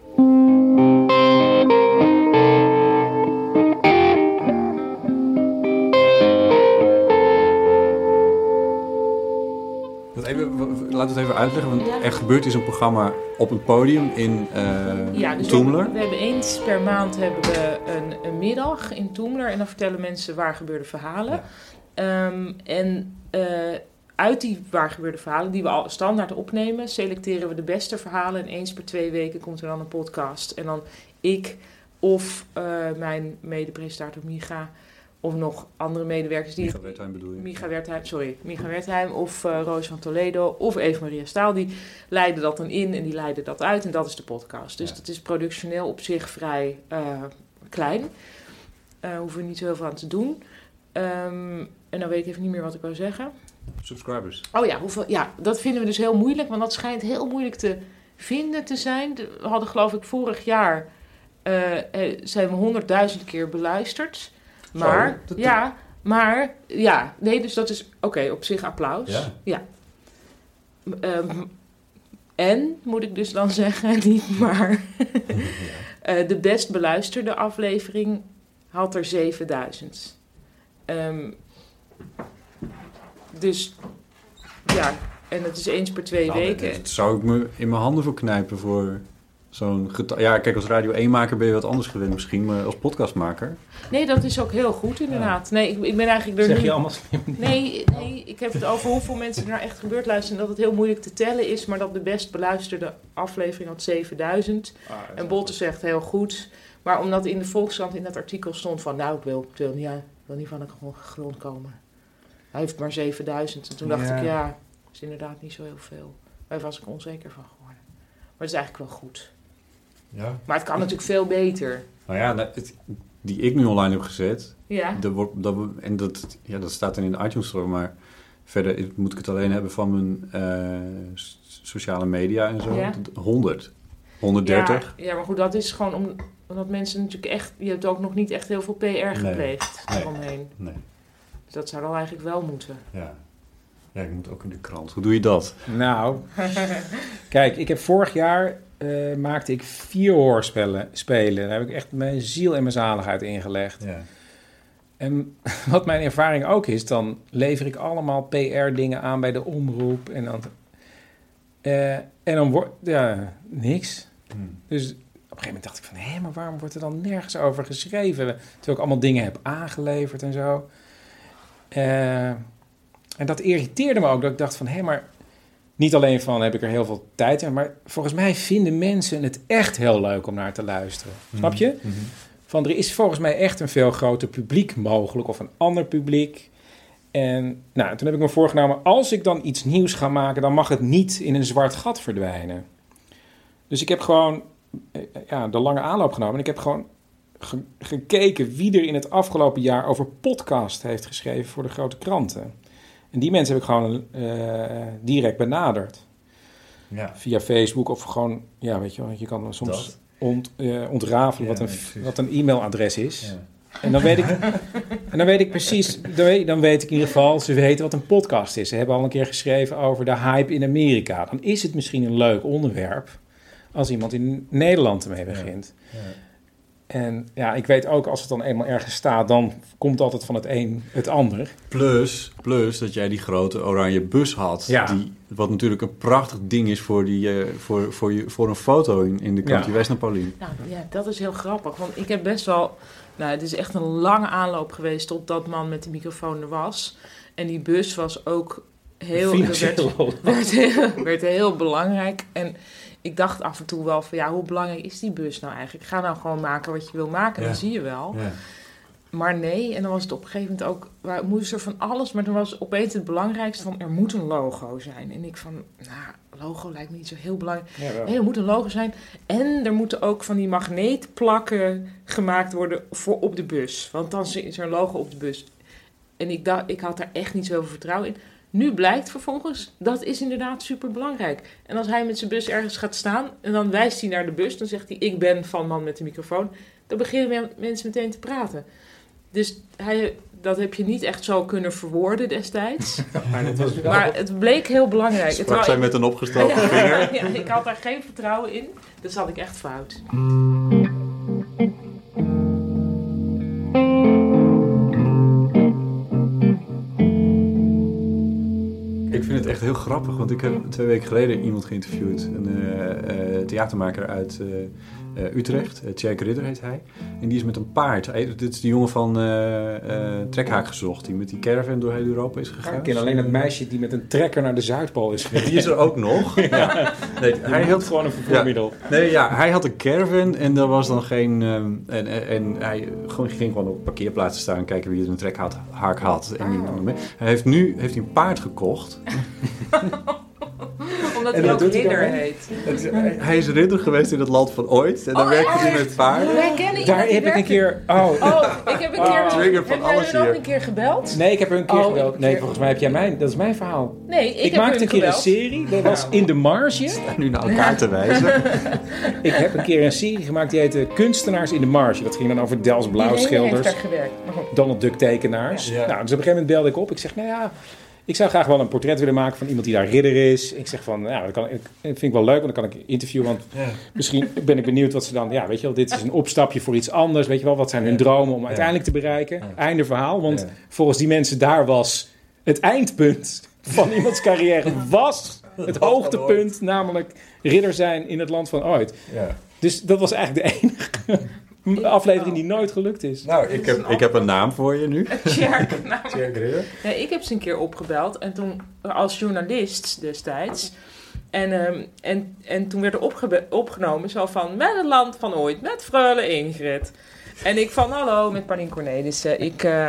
uitleggen? Want Ja. Er gebeurt is een programma op een podium in uh, Ja, dus Toemler. we, we hebben eens per maand hebben we een, een middag in Toemler. En dan vertellen mensen waar gebeurde verhalen. Ja. Um, en uh, uit die waar gebeurde verhalen, die we al standaard opnemen, selecteren we de beste verhalen. En eens per twee weken komt er dan een podcast. En dan ik of uh, mijn mede-presentator Micha, of nog andere medewerkers die... Micha Wertheim bedoel je? Micha Wertheim, sorry. Micha Wertheim of uh, Roos van Toledo of Eva-Maria Staal. Die leiden dat dan in en die leiden dat uit. En dat is de podcast. Dus ja. dat is productioneel op zich vrij uh, klein. Uh, hoeven we niet zo heel veel aan te doen. Um, en dan weet ik even niet meer wat ik wou zeggen. Subscribers. Oh ja, hoeveel, ja, dat vinden we dus heel moeilijk. Want dat schijnt heel moeilijk te vinden te zijn. We hadden geloof ik vorig jaar... Uh, zijn we honderdduizend keer beluisterd. Maar, Zo, dat, ja, maar, ja, nee, dus dat is, oké, okay, op zich applaus. Ja. ja. Um, en, moet ik dus dan zeggen, niet maar, uh, de best beluisterde aflevering had er zevenduizend. Um, dus, ja, en het is eens per twee nou, weken. Dat zou ik me in mijn handen voor knijpen voor... Zo'n geta- ja, kijk, als Radio één-maker ben je wat anders gewend misschien, maar als podcastmaker... Nee, dat is ook heel goed inderdaad. Ja. Nee, ik, ik ben eigenlijk er zeg niet... je allemaal slim? Nee, nee, ik heb het over hoeveel mensen er nou echt gebeurd luisteren... en dat het heel moeilijk te tellen is, maar dat de best beluisterde aflevering had zevenduizend. Ah, en Botte zegt heel goed. Maar omdat in de Volkskrant in dat artikel stond van... nou, ik wil, ik wil, niet, ik wil niet van de grond komen. Hij heeft maar zevenduizend. En toen dacht ja. ik, ja, dat is inderdaad niet zo heel veel. Daar was ik onzeker van geworden. Maar het is eigenlijk wel goed. Ja. Maar het kan natuurlijk veel beter. Nou ja, het, die ik nu online heb gezet. Ja. Dat wordt, dat, en dat, ja, dat staat dan in de iTunes Store. Maar verder moet ik het alleen hebben van mijn uh, sociale media en zo. Ja. honderd. honderddertig. Ja, ja, maar goed, dat is gewoon om, omdat mensen natuurlijk echt... Je hebt ook nog niet echt heel veel P R gepleegd nee. eromheen. Nee. Dus dat zou dan eigenlijk wel moeten. Ja. Ja, ik moet ook in de krant. Hoe doe je dat? Nou, kijk, ik heb vorig jaar... Uh, maakte ik vier hoorspelen. Spelen. Daar heb ik echt mijn ziel en mijn zaligheid ingelegd. Ja. En wat mijn ervaring ook is, dan lever ik allemaal P R-dingen aan bij de omroep. En dan, uh, en dan wordt, ja, niks. Hmm. Dus op een gegeven moment dacht ik van, hé, maar waarom wordt er dan nergens over geschreven? Terwijl ik allemaal dingen heb aangeleverd en zo. Uh, en dat irriteerde me ook, dat ik dacht van, hé, maar... Niet alleen van heb ik er heel veel tijd in, maar volgens mij vinden mensen het echt heel leuk om naar te luisteren. Mm-hmm. Snap je? Mm-hmm. Van er is volgens mij echt een veel groter publiek mogelijk of een ander publiek. En nou, toen heb ik me voorgenomen, als ik dan iets nieuws ga maken, dan mag het niet in een zwart gat verdwijnen. Dus ik heb gewoon ja, de lange aanloop genomen en ik heb gewoon ge- gekeken wie er in het afgelopen jaar over podcast heeft geschreven voor de grote kranten. En die mensen heb ik gewoon uh, direct benaderd. Ja. Via Facebook of gewoon, ja, weet je wel, je kan soms ont, uh, ontrafelen ja, wat, een, nee, wat een e-mailadres is. Ja. En dan weet ik, en dan weet ik precies, dan weet, dan weet ik in ieder geval, ze weten wat een podcast is. Ze hebben al een keer geschreven over de hype in Amerika. Dan is het misschien een leuk onderwerp als iemand in Nederland ermee begint. Ja. Ja. En ja, ik weet ook, als het dan eenmaal ergens staat, dan komt altijd van het een het ander. Plus, plus dat jij die grote oranje bus had. Ja. Die, wat natuurlijk een prachtig ding is voor, die, uh, voor, voor, je, voor een foto in, in de krant. Ja. West naar Paulien. Nou ja, dat is heel grappig. Want ik heb best wel... Nou, het is echt een lange aanloop geweest tot dat man met de microfoon er was. En die bus was ook heel... Werd, werd, heel werd heel belangrijk. En... Ik dacht af en toe wel van, ja, hoe belangrijk is die bus nou eigenlijk? Ga nou gewoon maken wat je wil maken, ja. Dan zie je wel. Ja. Maar nee, en dan was het op een gegeven moment ook... We moesten er van alles, maar dan was opeens het belangrijkste van... er moet een logo zijn. En ik van, nou, logo lijkt me niet zo heel belangrijk. Ja, nee, er moet een logo zijn. En er moeten ook van die magneetplakken gemaakt worden voor op de bus. Want dan is er een logo op de bus. En ik, dacht, ik had daar echt niet zoveel vertrouwen in. Nu blijkt vervolgens, dat is inderdaad superbelangrijk. En als hij met zijn bus ergens gaat staan en dan wijst hij naar de bus, dan zegt hij, ik ben van man met de microfoon. Dan beginnen mensen meteen te praten. Dus hij, dat heb je niet echt zo kunnen verwoorden destijds. Maar, dat was maar het bleek heel belangrijk. Sprak het zij met een opgestoken ja, vinger? Ja, ik had daar geen vertrouwen in. Dus had ik echt fout. Ik vind het echt heel grappig, want ik heb twee weken geleden iemand geïnterviewd. Een uh, uh, theatermaker uit uh, uh, Utrecht, uh, Tjerk Ridder heet hij. En die is met een paard. Hij, dit is die jongen van uh, uh, Trekhaak gezocht, die met die caravan door heel Europa is gegaan. Ik ken alleen het meisje die met een trekker naar de Zuidpool is gegaan. Die is er ook nog. Ja. Nee, hij had gewoon een vervoermiddel. Ja. Nee, ja, hij had een caravan en er was dan geen... Um, en, en, en hij gewoon, ging gewoon op parkeerplaatsen staan en kijken wie er een trekhaak had. En oh. Hij heeft nu heeft hij een paard gekocht. Omdat hij ook ridder heet. Het, hij, hij is ridder geweest in het land van ooit. En dan oh, werkte hij oh, met paarden. Wij kennen Daar heb ik een keer... Oh, oh ik heb een keer... Oh. Trigger van heb jij alles er ook hier. een keer gebeld? Nee, ik heb er een keer oh, gebeld. Nee, keer... volgens mij heb jij mijn... Dat is mijn verhaal. Nee, ik, ik heb maakte een keer gebeld. een serie. Dat was In de Marge. Sta nu naar elkaar te wijzen. Ik heb een keer een serie gemaakt die heette Kunstenaars in de Marge. Dat ging dan over Dels Blauw-schilders. heeft daar gewerkt. Donald Duck tekenaars. Ja. Nou, dus op een gegeven moment belde ik op. Ik zeg, nou ja... Ik zou graag wel een portret willen maken van iemand die daar ridder is. Ik zeg van, nou, dat, kan, dat vind ik wel leuk, want dan kan ik interviewen. Want ja. misschien ben ik benieuwd wat ze dan... Ja, weet je wel, dit is een opstapje voor iets anders. Weet je wel, wat zijn hun dromen om uiteindelijk te bereiken? Ja. Einde verhaal, want ja. volgens die mensen daar was het eindpunt van iemands carrière... was het hoogtepunt, namelijk ridder zijn in het land van ooit. Ja. Dus dat was eigenlijk de enige... aflevering die nooit gelukt is. Nou, ik heb, ik heb een naam voor je nu. Tjerk. Nou, nee, ik heb ze een keer opgebeld. En toen als journalist destijds. En, um, en, en toen werd er opge- opgenomen zo van... Met het land van ooit, met freule Ingrid. En ik van, hallo, met Paulien Cornelissen. Ik... Uh,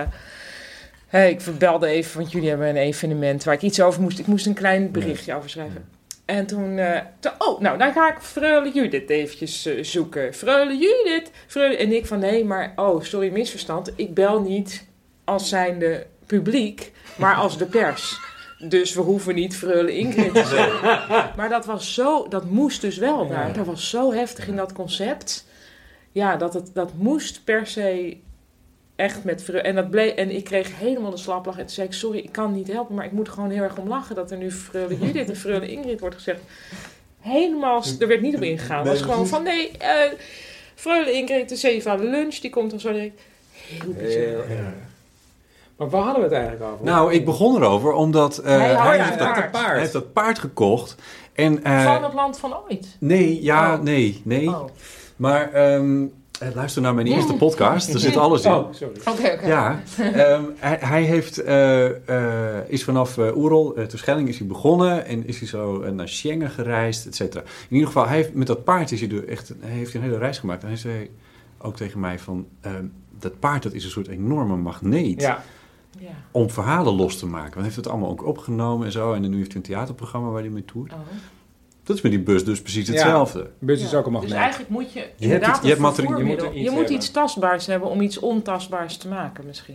hey, ik belde even, want jullie hebben een evenement... waar ik iets over moest... Ik moest een klein berichtje nee. over schrijven. En toen, uh, to, oh, nou, dan ga ik freule Judith eventjes uh, zoeken. Freule Judith, freule... En ik van, nee, maar, oh, sorry, misverstand. Ik bel niet als zijnde publiek, maar als de pers. Dus we hoeven niet freule Ingrid te zeggen. Maar dat was zo, dat moest dus wel daar. Ja. Dat was zo heftig in dat concept. Ja, dat, het, dat moest per se... Echt met vreugde. En, dat bleef, en ik kreeg helemaal de slaplach. En toen zei ik, sorry, ik kan niet helpen. Maar ik moet gewoon heel erg om lachen dat er nu freule Judith en freule Ingrid wordt gezegd. Helemaal, er werd niet op ingegaan. Het was gewoon van, nee, uh, freule Ingrid, de Seva lunch, die komt dan zo direct. Heel bizar. Ja. Maar waar hadden we het eigenlijk over? Nou, ik begon erover omdat uh, hij, hij, heeft dat, paard. hij heeft dat paard gekocht. En, uh, van het land van ooit? Nee, ja, oh. nee, nee. Oh. Maar... Um, luister naar mijn eerste podcast, er zit alles in. Oh, sorry. Oké, okay, oké. Okay. Ja, um, hij, hij heeft, uh, uh, is vanaf uh, Oerol, uh, Terschelling is hij begonnen en is hij zo uh, naar Schengen gereisd, et cetera. In ieder geval, hij heeft, met dat paard is hij er echt, hij heeft een hele reis gemaakt. En hij zei ook tegen mij van, uh, dat paard dat is een soort enorme magneet. Ja. Ja. Om verhalen los te maken. Want hij heeft het allemaal ook opgenomen en zo. En nu heeft hij een theaterprogramma waar hij mee toert. Oh. Dat is met die bus dus precies hetzelfde. Ja, bus is ja. ook een magneet. Dus eigenlijk moet je, je inderdaad hebt, je hebt materie- je moet, je moet iets tastbaars hebben om iets ontastbaars te maken misschien.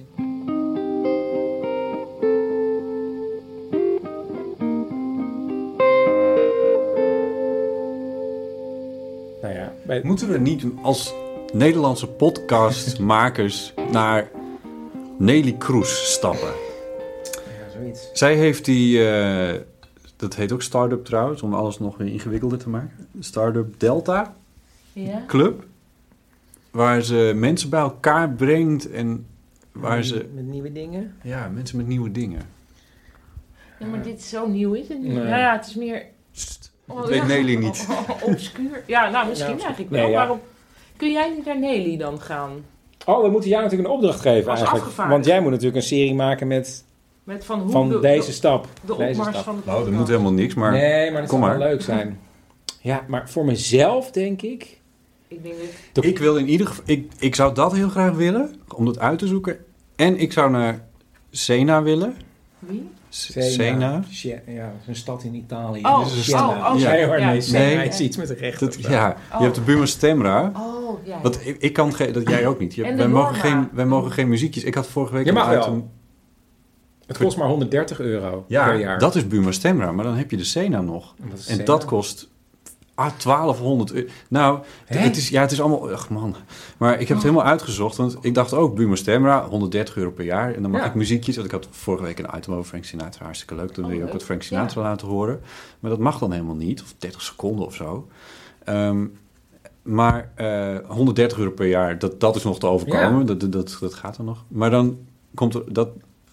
Nou ja, bij... Moeten we niet als Nederlandse podcastmakers naar Nelly Kroes stappen? Ja, zoiets. Zij heeft die... Uh, dat heet ook Startup trouwens, om alles nog weer ingewikkelder te maken. Startup Delta ja. Club. Waar ze mensen bij elkaar brengt en waar met, ze... Met nieuwe dingen? Ja, mensen met nieuwe dingen. Ja, maar dit is zo nieuw, is het niet? Nee. Ja, ja, het is meer... Pst, dat oh, weet ja. Nelly niet. Obscuur. Ja, nou, misschien ja, eigenlijk wel. Nee, ja. Waarom... Kun jij niet naar Nelly dan gaan? Oh, we moeten jou natuurlijk een opdracht geven als eigenlijk. Want jij moet natuurlijk een serie maken met... Met van hoe van de, deze de, stap. De deze opmars stap. van de Nou, dat moet helemaal niks, maar... Nee, maar dat Kom zou maar. wel leuk zijn. Ja, maar voor mezelf denk ik... Ik denk dat... Ik wil in ieder geval... Ik, ik zou dat heel graag willen, om dat uit te zoeken. En ik zou naar Siena willen. Wie? Siena. Siena. Ja, een stad in Italië. Oh, dus Siena. Oh, oh, ja. ja. Nee, nee, Siena nee. is iets met de rechten. Dat, ja, oh. Je hebt de Buma Stemra. Oh, ja. Dat, ik, ik kan geen... Dat jij ook niet. Je, en wij, mogen Norma. geen, wij mogen geen muziekjes. Ik had vorige week... Je mag wel. Een, het kost maar honderddertig euro ja, per jaar. Dat is Buma Stemra, maar dan heb je de Siena nog. En, en Siena? Dat kost ah, twaalfhonderd euro. Nou, het is, ja, het is allemaal... Ach man. Maar ik heb het helemaal uitgezocht, want ik dacht ook Buma Stemra, honderddertig euro per jaar. En dan mag ja. ik muziekjes, want ik had vorige week een item over Frank Sinatra, hartstikke leuk. Dan wil je oh, ook wat Frank Sinatra ja. laten horen. Maar dat mag dan helemaal niet, of dertig seconden of zo. Um, maar uh, honderddertig euro per jaar, dat, dat is nog te overkomen. Ja. Dat, dat, dat gaat er nog. Maar dan komt er... Dat,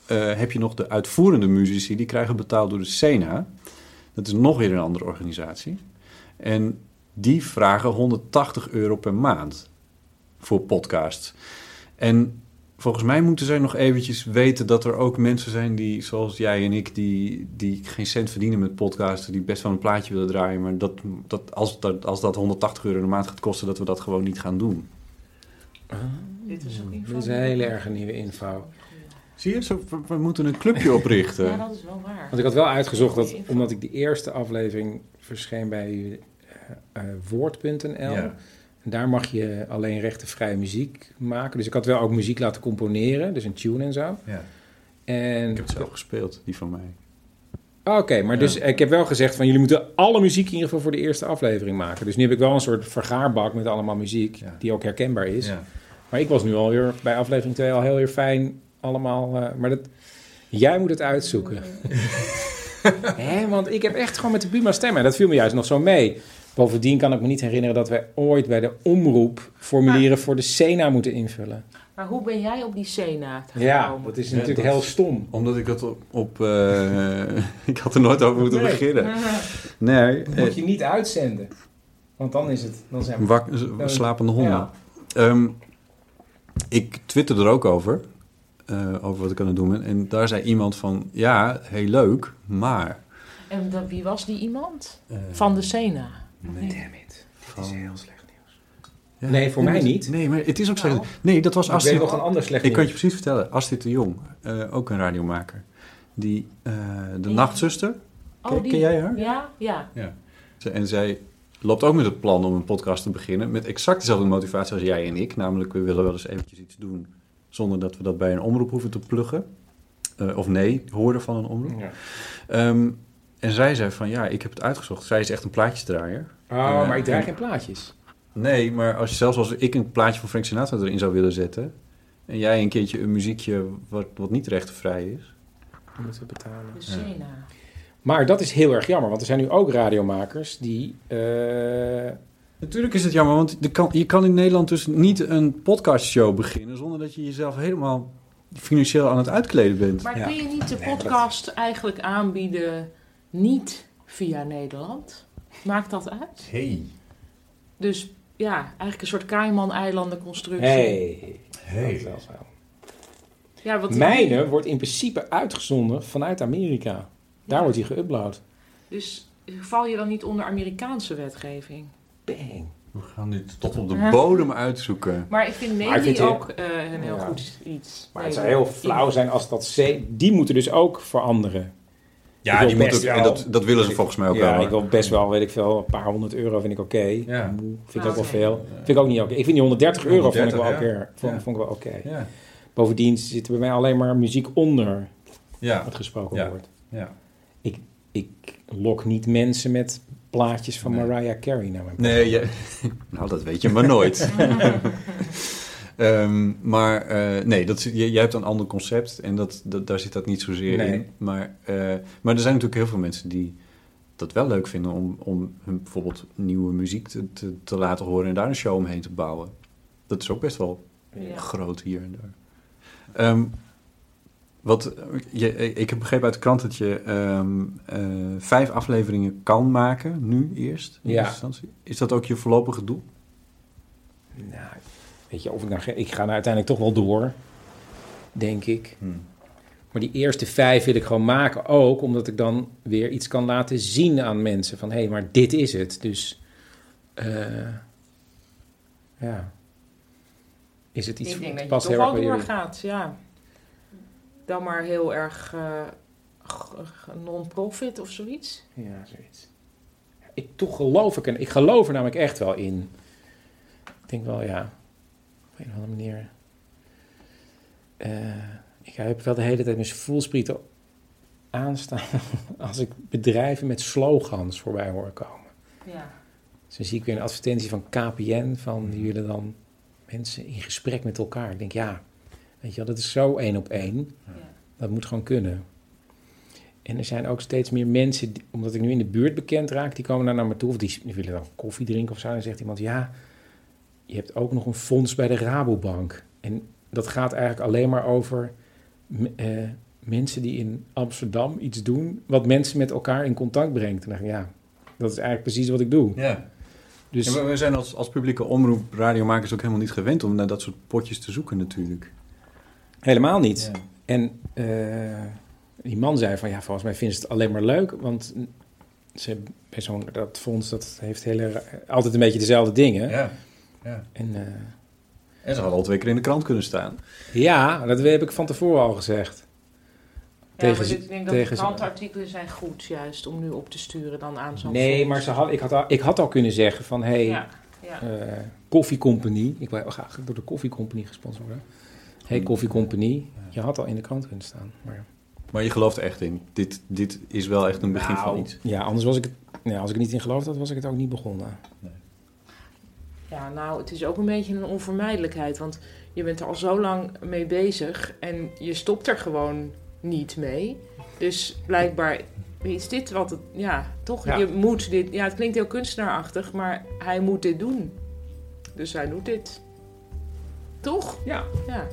uh, heb je nog de uitvoerende muzici, die krijgen betaald door de Sena. Dat is nog weer een andere organisatie. En die vragen honderdtachtig euro per maand voor podcasts. En volgens mij moeten zij nog eventjes weten dat er ook mensen zijn die, zoals jij en ik, die, die geen cent verdienen met podcasten, die best wel een plaatje willen draaien, maar dat, dat, als, dat, als dat honderdtachtig euro in de maand gaat kosten, dat we dat gewoon niet gaan doen. Ah, dit is, ook dit is een hele erg nieuwe info. Zie je, zo, we, we moeten een clubje oprichten. Ja, dat is wel waar. Want ik had wel uitgezocht dat, omdat ik de eerste aflevering verscheen bij uh, uh, woord punt n l. Ja. En daar mag je alleen rechtenvrije muziek maken. Dus ik had wel ook muziek laten componeren, dus een tune en zo. Ja. En ik heb het zelf gespeeld, die van mij. Oké, okay, maar ja. Dus ik heb wel gezegd van jullie moeten alle muziek in ieder geval voor de eerste aflevering maken. Dus nu heb ik wel een soort vergaarbak met allemaal muziek, ja. die ook herkenbaar is. Ja. Maar ik was nu alweer bij aflevering twee al heel weer fijn allemaal. Uh, maar dat, jij moet het uitzoeken. Hè, want ik heb echt gewoon met de Buma stemmen. Dat viel me juist nog zo mee. Bovendien kan ik me niet herinneren dat wij ooit bij de omroep formulieren maar, voor de Sena moeten invullen. Maar hoe ben jij op die Sena gekomen? Ja, dat is natuurlijk ja, dat heel stom. Omdat ik dat op... op uh, ik had er nooit over moeten nee. beginnen. Nee. Dat moet je niet uitzenden. Want dan is het... Dan zijn we, Wak, uh, slapende honden. Ja. Um, ik twitterde er ook over. Uh, over wat ik aan het doen ben. En daar zei iemand van... Ja, heel leuk, maar... En dan, wie was die iemand? Uh, van de Sena? Nee. Damn it. Dat is heel slecht nieuws. Ja, nee, voor nee, mij niet. Nee, maar het is ook slecht. Nee, dat was Astrid. Ik weet nog een ander slecht Ik kan je precies vertellen. Astrid de Jong, uh, ook een radiomaker. Die, uh, de ja. Nachtzuster. Oh, ken, die, ken jij haar? Ja, ja. ja. En zij loopt ook met het plan om een podcast te beginnen. Met exact dezelfde motivatie als jij en ik. Namelijk, we willen wel eens eventjes iets doen zonder dat we dat bij een omroep hoeven te pluggen. Uh, of nee, horen van een omroep. Ja. Um, En zij zei van, ja, ik heb het uitgezocht. Zij is echt een plaatjesdraaier. Oh, uh, maar ik draai en, geen plaatjes. Nee, maar als je zelfs als ik een plaatje van Frank Sinatra erin zou willen zetten... en jij een keertje een muziekje wat, wat niet rechtenvrij is... Dan moeten we betalen. De Sena. Ja. Maar dat is heel erg jammer, want er zijn nu ook radiomakers die... Uh... Natuurlijk is het jammer, want de kan, je kan in Nederland dus niet een podcastshow beginnen... zonder dat je jezelf helemaal financieel aan het uitkleden bent. Maar ja. kun je niet de podcast nee, dat... eigenlijk aanbieden... niet via Nederland? Maakt dat uit? Hey. Dus ja, eigenlijk een soort Cayman-eilanden-constructie. Hey. Hey. Dat is wel zo. Ja, wat Mijne die... wordt in principe uitgezonden vanuit Amerika. Daar ja. wordt hij geüpload. Dus val je dan niet onder Amerikaanse wetgeving? Bang. We gaan dit tot op de bodem uitzoeken. Maar ik vind Navy ook uh, een heel ja. goed iets. Maar het zou heel flauw zijn als dat... C- die moeten dus ook veranderen. Ja, die moet ook, wel, en dat, dat willen ze volgens mij ook ja, wel. Ja, ik wil best wel, weet ik veel, een paar honderd euro vind ik oké. Okay. Ja. Vind ik ook wel veel. Vind ik ook niet oké. Okay. Ik vind die honderddertig euro vond ik wel oké. Ja. Vond, vond ik wel oké. Okay. Ja. Bovendien zit er bij mij alleen maar muziek onder ja. wat gesproken ja. wordt. Ja. Ik, ik lok niet mensen met plaatjes van nee. Mariah Carey naar mijn Nee, je, nou dat weet je maar nooit. Um, maar uh, nee, dat, jij, jij hebt een ander concept en dat, dat, daar zit dat niet zozeer nee. in. Maar, uh, maar er zijn natuurlijk heel veel mensen die dat wel leuk vinden om, om hun bijvoorbeeld nieuwe muziek te, te, te laten horen en daar een show omheen te bouwen. Dat is ook best wel ja. groot hier en daar. Um, wat, je, ik heb begrepen uit de krant dat je um, uh, vijf afleveringen kan maken, nu eerst, in ja. eerste instantie. Is dat ook je voorlopige doel? Nou, weet je, of ik nou... Ik ga nou uiteindelijk toch wel door, denk ik. Hmm. Maar die eerste vijf wil ik gewoon maken ook, omdat ik dan weer iets kan laten zien aan mensen. Van, hé, hey, maar dit is het. Dus, uh, ja. Is het iets... Ik denk dat pas je toch wel doorgaat, ja. Dan maar heel erg uh, non-profit of zoiets. Ja, zoiets. Ik toch geloof ik... En ik geloof er namelijk echt wel in. Ik denk wel, ja... Op een of andere manier... Uh, ik heb wel de hele tijd mijn voelsprieten aanstaan... als ik bedrijven met slogans voorbij hoor komen. Ja. Dus dan zie ik weer een advertentie van K P N... van die willen dan mensen in gesprek met elkaar. Ik denk, ja... Weet je wel, dat is zo één op één. Ja. Dat moet gewoon kunnen. En er zijn ook steeds meer mensen... Die, omdat ik nu in de buurt bekend raak... die komen daar naar me toe... of die, die willen dan koffie drinken of zo... en dan zegt iemand... ja, je hebt ook nog een fonds bij de Rabobank. En dat gaat eigenlijk alleen maar over... Uh, mensen die in Amsterdam iets doen wat mensen met elkaar in contact brengt. En dan dacht ik, ja, dat is eigenlijk precies wat ik doe. Ja. Dus ja, maar we zijn als, als publieke omroep radiomakers ook helemaal niet gewend om naar dat soort potjes te zoeken natuurlijk. Helemaal niet. Ja. En uh, die man zei van, ja, volgens mij vinden ze het alleen maar leuk, want ze, bij zo'n, dat fonds, dat heeft hele, altijd een beetje dezelfde dingen. Ja. Ja. En, uh, en ze hadden al twee keer in de krant kunnen staan. Ja, dat heb ik van tevoren al gezegd. Ja, tegen, maar dit, ik denk dat de krantartikelen zijn goed juist om nu op te sturen dan aan zo'n Nee, fonds. maar ze had, ik, had al, ik had al kunnen zeggen van, hé, hey, ja, ja. uh, Coffee Company, ik wil graag door de Coffee Company gesponsord worden. Hé, hey, Coffee Company, je had al in de krant kunnen staan. Maar, maar je gelooft er echt in? Dit, dit is wel echt een begin nou, van iets? Ja, anders was ik het, ja, als ik er niet in geloofd had, was ik het ook niet begonnen. Nee. Ja, nou, het is ook een beetje een onvermijdelijkheid, want je bent er al zo lang mee bezig en je stopt er gewoon niet mee. Dus blijkbaar is dit wat het, ja, toch, ja. je moet dit, ja, het klinkt heel kunstenaarachtig, maar hij moet dit doen. Dus hij doet dit. Toch? Ja. Ja.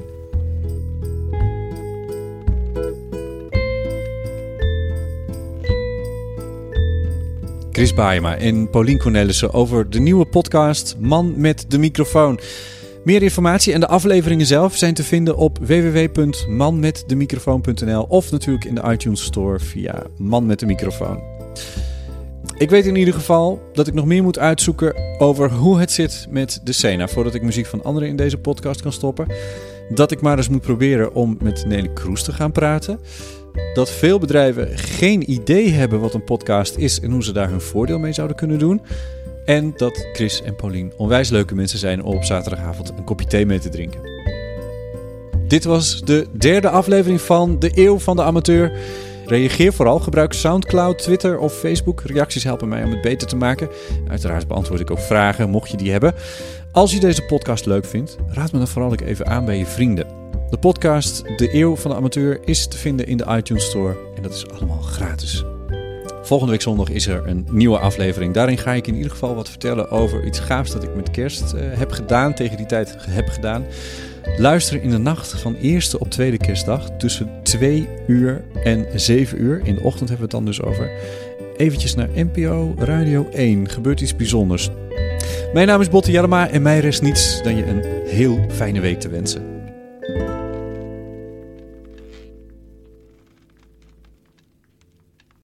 Chris Baaema en Paulien Cornelissen over de nieuwe podcast Man met de microfoon. Meer informatie en de afleveringen zelf zijn te vinden op w w w punt man met de microfoon punt n l of natuurlijk in de iTunes Store via Man met de microfoon. Ik weet in ieder geval dat ik nog meer moet uitzoeken over hoe het zit met de Sena voordat ik muziek van anderen in deze podcast kan stoppen. Dat ik maar eens moet proberen om met Nelly Kroes te gaan praten. Dat veel bedrijven geen idee hebben wat een podcast is en hoe ze daar hun voordeel mee zouden kunnen doen. En dat Chris en Paulien onwijs leuke mensen zijn om op zaterdagavond een kopje thee mee te drinken. Dit was de derde aflevering van De Eeuw van de Amateur. Reageer vooral, gebruik Soundcloud, Twitter of Facebook. Reacties helpen mij om het beter te maken. Uiteraard beantwoord ik ook vragen, mocht je die hebben. Als je deze podcast leuk vindt, raad me dan vooral ook even aan bij je vrienden. De podcast De Eeuw van de Amateur is te vinden in de iTunes Store en dat is allemaal gratis. Volgende week zondag is er een nieuwe aflevering. Daarin ga ik in ieder geval wat vertellen over iets gaafs dat ik met kerst uh, heb gedaan, tegen die tijd heb gedaan. Luister in de nacht van eerste op tweede kerstdag tussen twee uur en zeven uur. In de ochtend hebben we het dan dus over. Eventjes naar N P O Radio één. Gebeurt iets bijzonders. Mijn naam is Botte Jellema en mij rest niets dan je een heel fijne week te wensen.